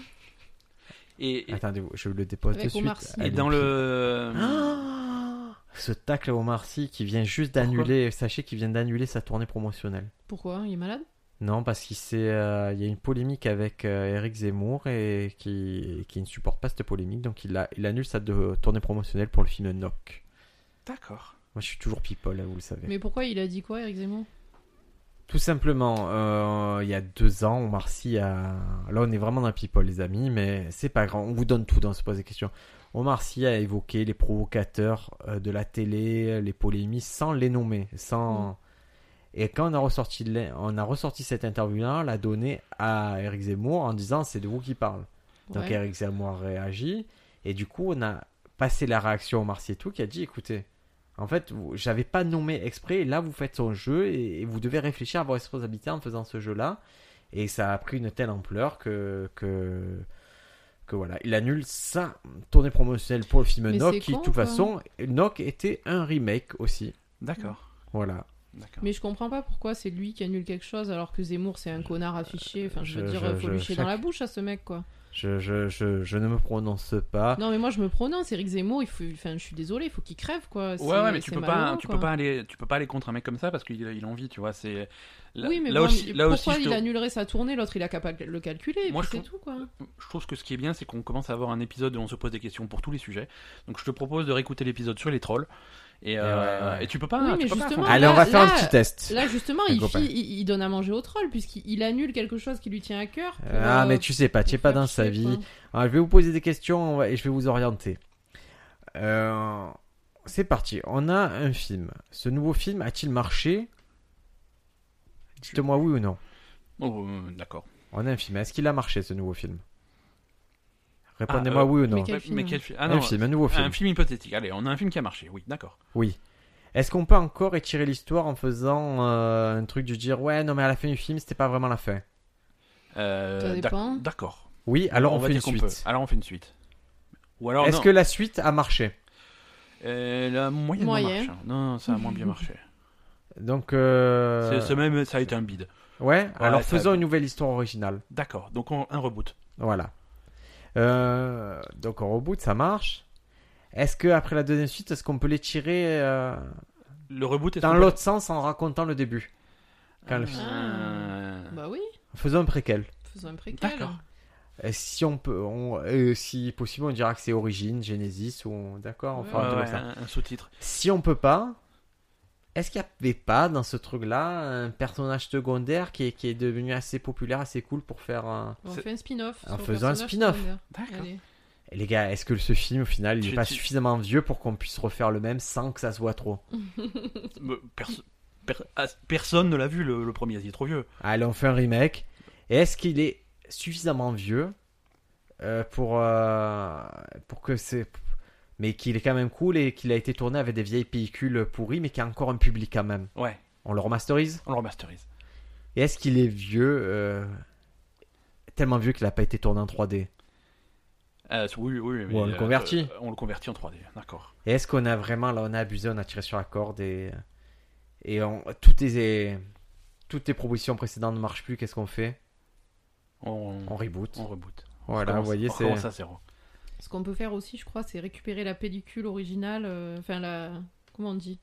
Et Attendez, je le dépose Avec de suite. Omar Sy. et Allez, dans puis- le... Ah, ce tacle à Omar Sy qui vient juste d'annuler, sachez qu'il vient d'annuler sa tournée promotionnelle. Pourquoi? Il est malade? Non, parce qu'il il y a une polémique avec Eric Zemmour et qui ne supporte pas cette polémique, donc il annule sa tournée promotionnelle pour le film Knock. D'accord. Moi, je suis toujours people, hein, vous le savez. Mais pourquoi il a dit quoi, Eric Zemmour? Tout simplement, il y a 2 ans, Omar Sy a... Là, on est vraiment dans people, les amis, mais c'est pas grave. On vous donne tout dans se poser des questions. Omar Sy a évoqué les provocateurs de la télé, les polémiques, sans les nommer. Et quand on a ressorti cette interview-là, on l'a donnée à Eric Zemmour en disant c'est de vous qui parle. Donc Ouais. Eric Zemmour a réagi. Et du coup, on a passé la réaction à Omar Sy et tout, qui a dit écoutez, en fait, j'avais pas nommé exprès, et là vous faites son jeu, et vous devez réfléchir à vos responsabilités en faisant ce jeu-là. Et ça a pris une telle ampleur que voilà, il annule sa tournée promotionnelle pour le film Mais Knock, c'est qui de con, toute quoi. façon, Knock était un remake aussi. D'accord. Voilà. D'accord. Mais je comprends pas pourquoi c'est lui qui annule quelque chose alors que Zemmour c'est un connard affiché. Enfin, je veux dire, faut lui chier dans la bouche à ce mec, quoi. Je ne me prononce pas. Non, mais moi je me prononce. Eric Zemmour, enfin, je suis désolé, il faut qu'il crève, quoi. Ouais, mais tu c'est peux pas, malheureux, tu quoi. peux pas aller contre un mec comme ça parce qu'il a envie, tu vois. C'est Oui, mais là bon, aussi, pourquoi je il te- annulerait sa tournée? L'autre, il a qu'à pas le calculer. Et Moi, puis je c'est tout, quoi. Je trouve que ce qui est bien, c'est qu'on commence à avoir un épisode où on se pose des questions pour tous les sujets. Donc je te propose de réécouter l'épisode sur les trolls. Et ouais. et tu peux pas. Oui, tu mais peux pas justement, affronter- Allez, on va faire un là- petit test. Là, justement, Les il copains. donne à manger au troll puisqu'il annule quelque chose qui lui tient à cœur. pour, Mais tu sais pas, tu es pour pas faire dans sa chier, vie. quoi. Alors, je vais vous poser des questions et je vais vous orienter. C'est parti. On a un film. Ce nouveau film a-t-il marché? Dites-moi oui ou non. Oh, d'accord. On a un film. Est-ce qu'il a marché ce nouveau film? Répondez-moi oui ou non. mais quel film Ah Un non, film, un nouveau film. un film hypothétique. Allez, on a un film qui a marché. Oui, d'accord. Oui. Est-ce qu'on peut encore étirer l'histoire en faisant un truc du dire ouais non mais à la fin du film c'était pas vraiment la fin? Ça dépend. D'accord. Oui, alors on va fait une dire qu'on peut. suite. Alors on fait une suite. Ou alors Est-ce non. que la suite a marché? La moyenne Moyen. marche. Non, ça a moins bien marché. Donc C'est même ça a été un bide. ouais, alors ça- faisons une nouvelle histoire originale. D'accord. Donc un reboot. Voilà. Donc on reboot, ça marche. Est-ce que après la deuxième suite, est-ce qu'on peut les tirer Le reboot est dans l'autre sens en racontant le début? Quand le film- Bah oui, Faisons un préquel. faisons un préquel. D'accord. Si on peut, si possible, on dira que c'est Origine, Genesis ou d'accord. On Ouais, fera un truc Ouais, comme ça. un sous-titre. Si on peut pas, est-ce qu'il n'y avait pas dans ce truc-là un personnage secondaire qui est devenu assez populaire, assez cool pour faire un... On fait un spin-off. En sur le faisant un personnage spin-off. secondaire. D'accord. Allez. Et les gars, est-ce que ce film, au final, il Tu- n'est pas tu- suffisamment vieux pour qu'on puisse refaire le même sans que ça se voit trop? Personne ne l'a vu le premier, il est trop vieux. Allez, on fait un remake. Et est-ce qu'il est suffisamment vieux pour que c'est... Mais qu'il est quand même cool et qu'il a été tourné avec des vieilles pellicules pourries, mais qu'il y a encore un public quand même. Ouais, On le remasterise? on le remasterise. Et est-ce qu'il est vieux tellement vieux qu'il n'a pas été tourné en 3D? Oui, Ou on le convertit. On le convertit en 3D, d'accord. Et est-ce qu'on a vraiment, là, on a abusé, on a tiré sur la corde et toutes tes propositions précédentes ne marchent plus, qu'est-ce qu'on fait? On reboot. on reboot. Voilà, vous voyez, on c'est... recommence à zéro. Ce qu'on peut faire aussi, je crois, c'est récupérer la pellicule originale. Enfin, comment on dit?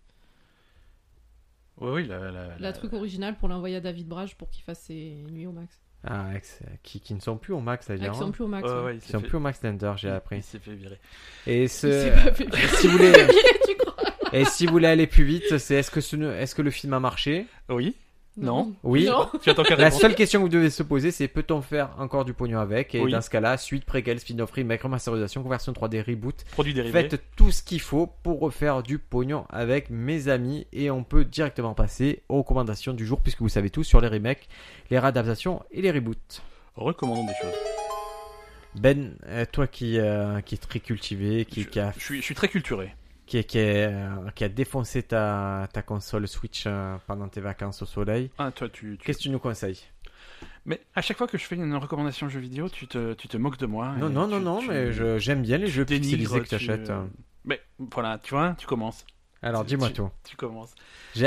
Oui, La truc originale pour l'envoyer à David Brage pour qu'il fasse ses nuits au max. Ah, qui ne sont plus au max, Ah, d'ailleurs. qui sont plus au max. Ouais, ouais. ouais, Ils sont plus au max Lender, j'ai Il appris. s'est fait virer. Et Il ce... s'est pas fait si vous voulez... tu crois? Et si vous voulez aller plus vite, c'est est-ce que le film a marché? Oui. Non. Oui. Non. Tu attends quelle La réponse? seule question que vous devez se poser, c'est peut-on faire encore du pognon avec? Et Oui. dans ce cas-là, suite, préquel, spin-off, remake, remasterisation, conversion 3D, reboot, Produit dérivé. faites tout ce qu'il faut pour refaire du pognon avec mes amis. Et on peut directement passer aux recommandations du jour, puisque vous savez tout sur les remakes, les réadaptations et les reboots. Recommandons des choses. Ben, toi qui est très cultivé, qui a Je suis très culturé. qui a défoncé ta console Switch pendant tes vacances au soleil, Ah, toi, qu'est-ce que tu nous conseilles? Mais à chaque fois que je fais une recommandation jeu vidéo, tu te moques de moi. Non, et non, non, non, mais j'aime bien les jeux pixelisés que tu achètes. Mais voilà, tu vois, tu commences. Alors, dis-moi tout. Tu commences.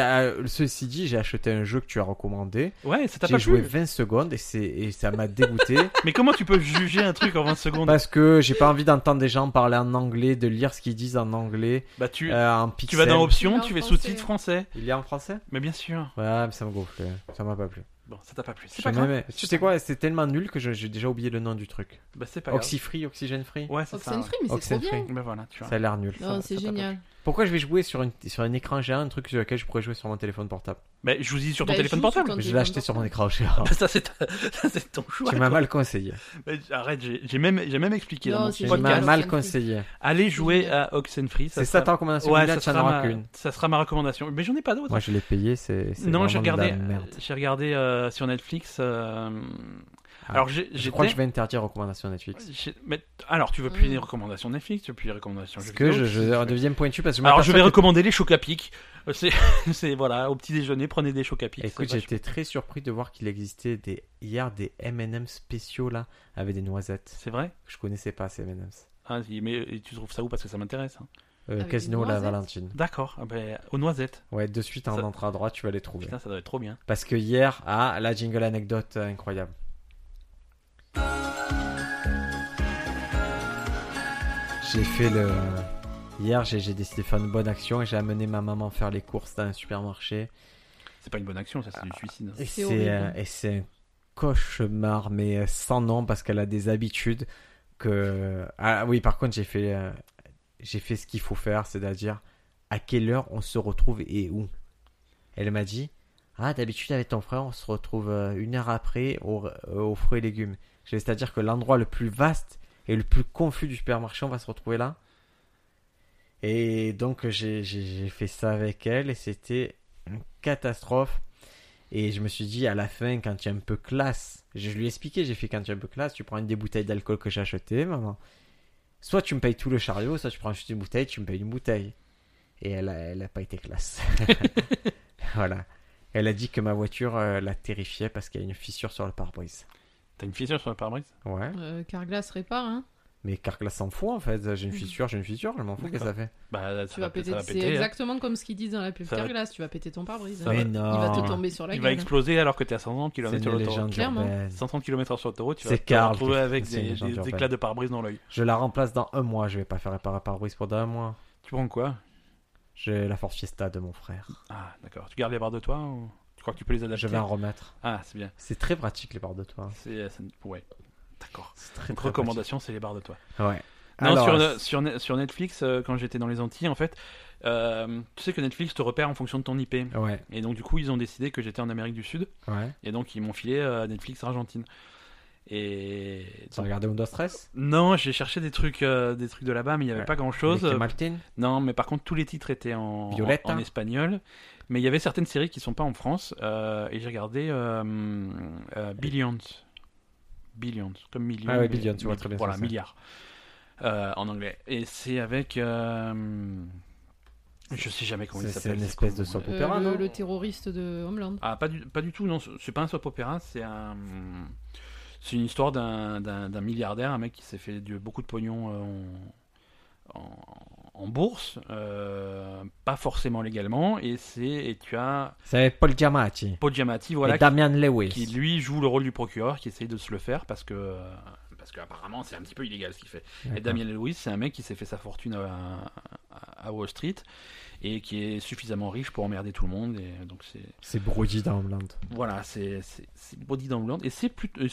Ceci dit, j'ai acheté un jeu que tu as recommandé. Ouais, ça t'a J'ai pas joué plu. 20 secondes et ça m'a dégoûté Mais comment tu peux juger un truc en 20 secondes? parce que j'ai pas envie d'entendre des gens parler en anglais, de lire ce qu'ils disent en anglais, Bah tu en vas pixel. dans Il options, est en tu fais français. sous-titres français. Il est en français? Mais bien sûr. Ouais, mais ça me gonflait. Ça m'a pas plu. Bon, ça t'a pas plu. C'est Je pas grave. même- Tu sais quoi, c'était tellement nul que j'ai déjà oublié le nom du truc. Bah c'est pas grave. Oxyfree, Oxygène Free. Ouais, c'est ça. Oxenfree, mais c'est trop Oxenfree. bien. Bah voilà, tu vois. Ça a l'air nul. Non, Ça c'est t'a pas génial. Pourquoi je vais jouer sur un écran géant, un truc sur lequel je pourrais jouer sur mon téléphone portable? Mais je vous dis sur ton Bah, téléphone joue sur portable. ton Je l'ai téléphone acheté sur mon portable. écran géant. Ça c'est ton choix. Tu m'as mal conseillé. Mais arrête, j'ai même expliqué Non, dans mon c'est Tu petit génial. m'as podcast. mal Oxenfree. conseillé. Allez jouer génial. à Oxenfree. C'est ça ta recommandation? Ouais, Là, ça tu en sera, auras ma... qu'une. ça sera ma recommandation. Mais j'en ai pas d'autres. Moi, je l'ai payé, c'est Non, vraiment de la merde. j'ai regardé sur Netflix. Alors, Je crois que je vais interdire recommandation Netflix. Mais alors, tu veux plus Mm. des recommandations Netflix, tu veux plus des recommandations Parce jeux que vidéo, je deviens pointu parce que Alors, je vais m'aperçois recommander les chocs à pic. C'est voilà, au petit déjeuner, prenez des chocs à pic. Écoute, c'est j'ai été très surpris de voir qu'il existait hier des M&M spéciaux là avec des noisettes. C'est vrai. Je connaissais pas ces M&M's. Ah, mais et tu trouves ça où? Parce que ça m'intéresse. Hein. Avec Casino des La noisettes Valentine. D'accord. Ah ben, aux noisettes. Ouais, de suite en Ça- entrée à droite, tu vas les trouver. Putain, ça doit être trop bien. Parce que hier, la jingle anecdote incroyable. J'ai fait le. Hier, j'ai décidé de faire une bonne action et j'ai amené ma maman faire les courses dans un supermarché. C'est pas une bonne action, ça, c'est du suicide. Et C'est horrible. c'est un cauchemar, mais sans nom, parce qu'elle a des habitudes que. Ah oui, par contre, j'ai fait ce qu'il faut faire, c'est-à-dire à quelle heure on se retrouve et où. Elle m'a dit, d'habitude avec ton frère, on se retrouve une heure après aux fruits et légumes. C'est-à-dire que l'endroit le plus vaste et le plus confus du supermarché, on va se retrouver là. Et donc j'ai fait ça avec elle et c'était une catastrophe. Et je me suis dit à la fin, quand tu es un peu classe, je lui ai expliqué, j'ai fait quand tu es un peu classe, tu prends une des bouteilles d'alcool que j'ai achetées, maman. Soit tu me payes tout le chariot, soit tu prends juste une bouteille, tu me payes une bouteille. Et elle a pas été classe. Voilà. Elle a dit que ma voiture la terrifiait parce qu'il y a une fissure sur le pare-brise. T'as une fissure sur le pare-brise? Ouais. Carglass répare, hein. Mais Carglass s'en fout en fait. J'ai une fissure, je m'en fous, qu'est-ce que ça fait? Bah, Tu vas péter. ça va C'est péter. Hein. exactement comme ce qu'ils disent dans la pub Ça va- Carglass. Tu vas péter ton pare-brise. Ça hein. va- Mais non. Il va te tomber sur la Il va gueule. exploser alors que t'es à 130 C'est km sur une l'autoroute. légende Clairement. urbaine. 130 km sur l'autoroute, tu vas C'est te Karl retrouver qui- avec c'est une des légende urbaine. éclats de pare-brise dans l'œil. Je la remplace dans un mois. Je vais pas faire réparer pare-brise pour dans un mois. Tu prends quoi? J'ai la Ford Fiesta de mon frère. Ah, d'accord. Tu gardes les barres de toit ou tu crois que tu peux les adapter? Je vais en remettre. Ah, c'est bien. C'est très pratique les barres de toit. Ouais. D'accord. C'est très, Donc, très recommandation, c'est les barres de toit. pratique. Ouais. Non, Alors, sur Netflix, quand j'étais dans les Antilles, en fait, tu sais que Netflix te repère en fonction de ton IP. Ouais. Et donc, du coup, ils ont décidé que j'étais en Amérique du Sud. Ouais. Et donc, ils m'ont filé Netflix Argentine. Et Tu as regardé Windows Stress non, j'ai cherché des trucs de là-bas, mais il n'y avait pas grand-chose. Avec Martin. Non, mais par contre, tous les titres étaient en Violetta. espagnol. Mais il y avait certaines séries qui sont pas en France. Et j'ai regardé Billions. Billions, comme millions. Ah ouais, mais- Billions, tu vois mais- très bien Voilà, ce que c'est. milliards. En anglais. Et c'est avec. Je sais jamais comment il C'est s'appelle. une espèce de con. soap opéra, non Le terroriste de Homeland. Ah, pas du tout, non, c'est pas un soap opéra, c'est une histoire d'un milliardaire, un mec qui s'est fait beaucoup de pognon en bourse, pas forcément légalement, et tu as C'est Paul Giamatti. Paul Giamatti, voilà, et Damian Lewis. qui lui joue le rôle du procureur, qui essaye de se le faire parce que apparemment c'est un petit peu illégal ce qu'il fait. Et D'accord. Damian Lewis, c'est un mec qui s'est fait sa fortune à Wall Street et qui est suffisamment riche pour emmerder tout le monde, et donc C'est Brody dans Homeland. voilà, c'est Body Downland et c'est cool,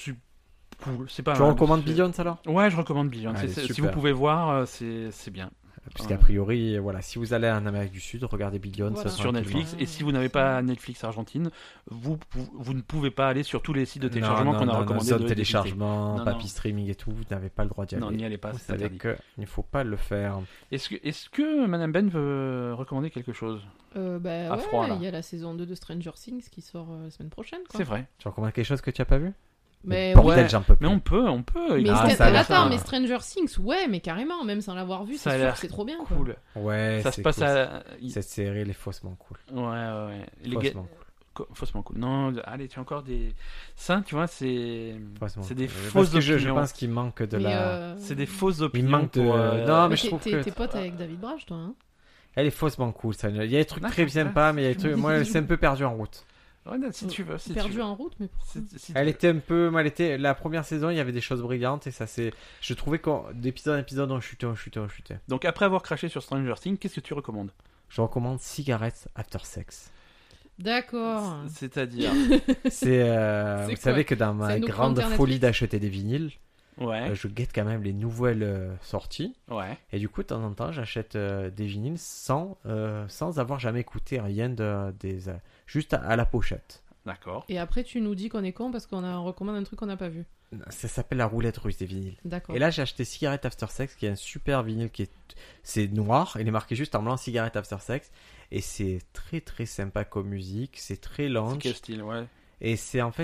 c'est pas Tu mal. recommandes Billions alors Ouais, je recommande Billions. Allez, Si super. vous pouvez voir, c'est bien. Puisqu'a priori, voilà, si vous allez en Amérique du Sud, regardez Billions. Voilà. ça Sur sera Netflix. tranquillement. Et si vous n'avez pas Netflix Argentine, vous ne pouvez pas aller sur tous les sites de téléchargement qu'on a recommandé zone de téléchargement, Non, papi non. streaming et tout, vous n'avez pas le droit d'y d'éviter. aller. Non, n'y allez pas, Vous c'est savez interdit. qu'il ne faut pas le faire. Est-ce que Madame Ben veut recommander quelque chose? À Ouais, froid, là. il y a la saison 2 de Stranger Things qui sort la semaine prochaine. Quoi. C'est vrai. Tu recommandes quelque chose que tu n'as pas vu Mais Bordel, ouais. j'en peux plus. Mais on peut. Mais, Ah, Stra- ça a l'air attends, ça. mais Stranger Things, ouais, mais carrément, même sans l'avoir vu, Ça a c'est sûr l'air que c'est trop bien. Quoi. Cool. Ouais, Ça se c'est passe cool. à. Cette série, elle est faussement cool. Ouais. Les gars- Faussement cool. Faussement cool. Non, allez, tu as encore des. Ça, tu vois, c'est. Faussement C'est des cool. fausses Parce que je opinions. pense qu'il manque de Mais, la. C'est des fausses Il opinions. manque de. pour, Non, mais mais je trouve t'es que. pote avec David Brage, toi, hein Elle est faussement cool. Ça. Il y a des trucs très D'accord, sympas, mais il y a des trucs. Moi, c'est un peu perdu en route. Ouais, non, si tu veux. Si tu Perdu veux. en route, mais pourquoi Si tu Elle veux. était un peu. Moi, elle était. La première saison, il y avait des choses brillantes et ça c'est. Je trouvais que d'épisode en épisode, on chutait. Donc après avoir craché sur Stranger Things, qu'est-ce que tu recommandes? Je recommande Cigarettes After Sex. D'accord. C'est-à-dire. C'est. C'est Vous quoi savez que dans C'est ma une grande alternative folie d'acheter des vinyles, Ouais. je guette quand même les nouvelles sorties. Ouais. Et du coup, de temps en temps, j'achète des vinyles sans avoir jamais écouté rien juste à la pochette. D'accord. Et après, tu nous dis qu'on est con parce qu'on recommande un truc qu'on n'a pas vu. Ça s'appelle la roulette russe des vinyles. D'accord. Et là, j'ai acheté Cigarette After Sex, qui est un super vinyle c'est noir. Il est marqué juste en blanc Cigarette After Sex. Et c'est très très sympa comme musique. C'est très C'est lounge. quel style? Ouais. Et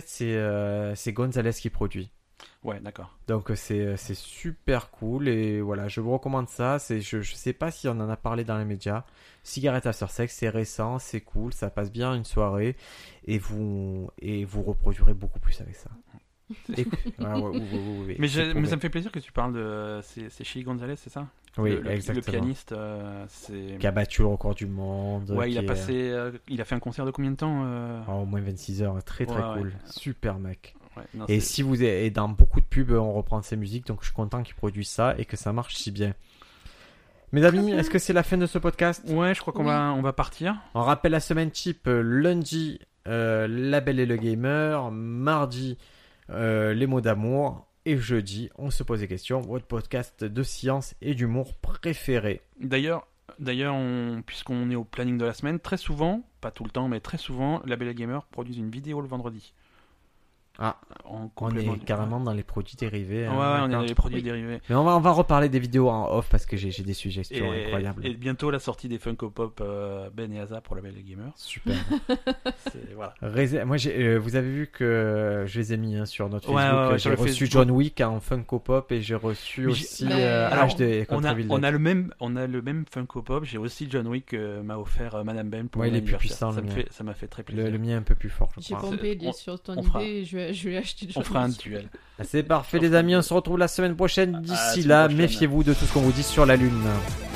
c'est Gonzalez qui produit. Ouais, d'accord. Donc c'est super cool et voilà, je vous recommande ça. Je sais pas si on en a parlé dans les médias. Cigarette After Sex, c'est récent, c'est cool, ça passe bien une soirée et vous reproduirez beaucoup plus avec ça. Et- ouais, Mais, c'est mais prouvé. ça me fait plaisir que tu parles de. C'est Chili Gonzalez, c'est ça? Oui, le exactement. pianiste, c'est. Qui a battu le record du monde. Ouais, qui il a fait un concert de combien de temps au moins 26 heures, très très Ouais, cool, ouais. super mec. Ouais, non, Et c'est- si vous et dans beaucoup de pubs, on reprend ses musiques, donc je suis content qu'ils produisent ça et que ça marche si bien. Mes amis, bien. est-ce que c'est la fin de ce podcast? Ouais, je crois qu'on Oui. on va partir. On rappelle la semaine type, lundi, La Belle et le Gamer, mardi, les mots d'amour, et jeudi, on se pose des questions, votre podcast de science et d'humour préféré. D'ailleurs, puisqu'on est au planning de la semaine, très souvent, pas tout le temps, mais très souvent, la Belle et Gamer produisent une vidéo le vendredi. Ah, En on complément est du- carrément dans les produits dérivés. Ouais, hein, ouais, on est d'accord. dans les produits Oui. dérivés. Mais on va reparler des vidéos en off parce que j'ai des suggestions incroyables. Et bientôt la sortie des Funko Pop Ben et Asa pour la Belle et Gamer. Super. Voilà. Moi, vous avez vu que je les ai mis sur notre Ouais, Facebook. ouais, sur J'ai le reçu Facebook. John Wick en Funko Pop et j'ai reçu Mais aussi alors, H de On contre a, Evil on Dead. a le même Funko Pop. J'ai aussi John Wick m'a offert Madame Ben pour Ouais, mon il est plus anniversaire. puissant, le mien. Ça m'a fait très plaisir. Le mien est un peu plus fort, je J'ai crois. pompé On- sur ton on idée fera- et je vais acheter le On fera un John Wick. duel. C'est parfait les amis, on se retrouve la semaine prochaine. D'ici semaine là, prochaine. méfiez-vous de tout ce qu'on vous dit sur la Lune.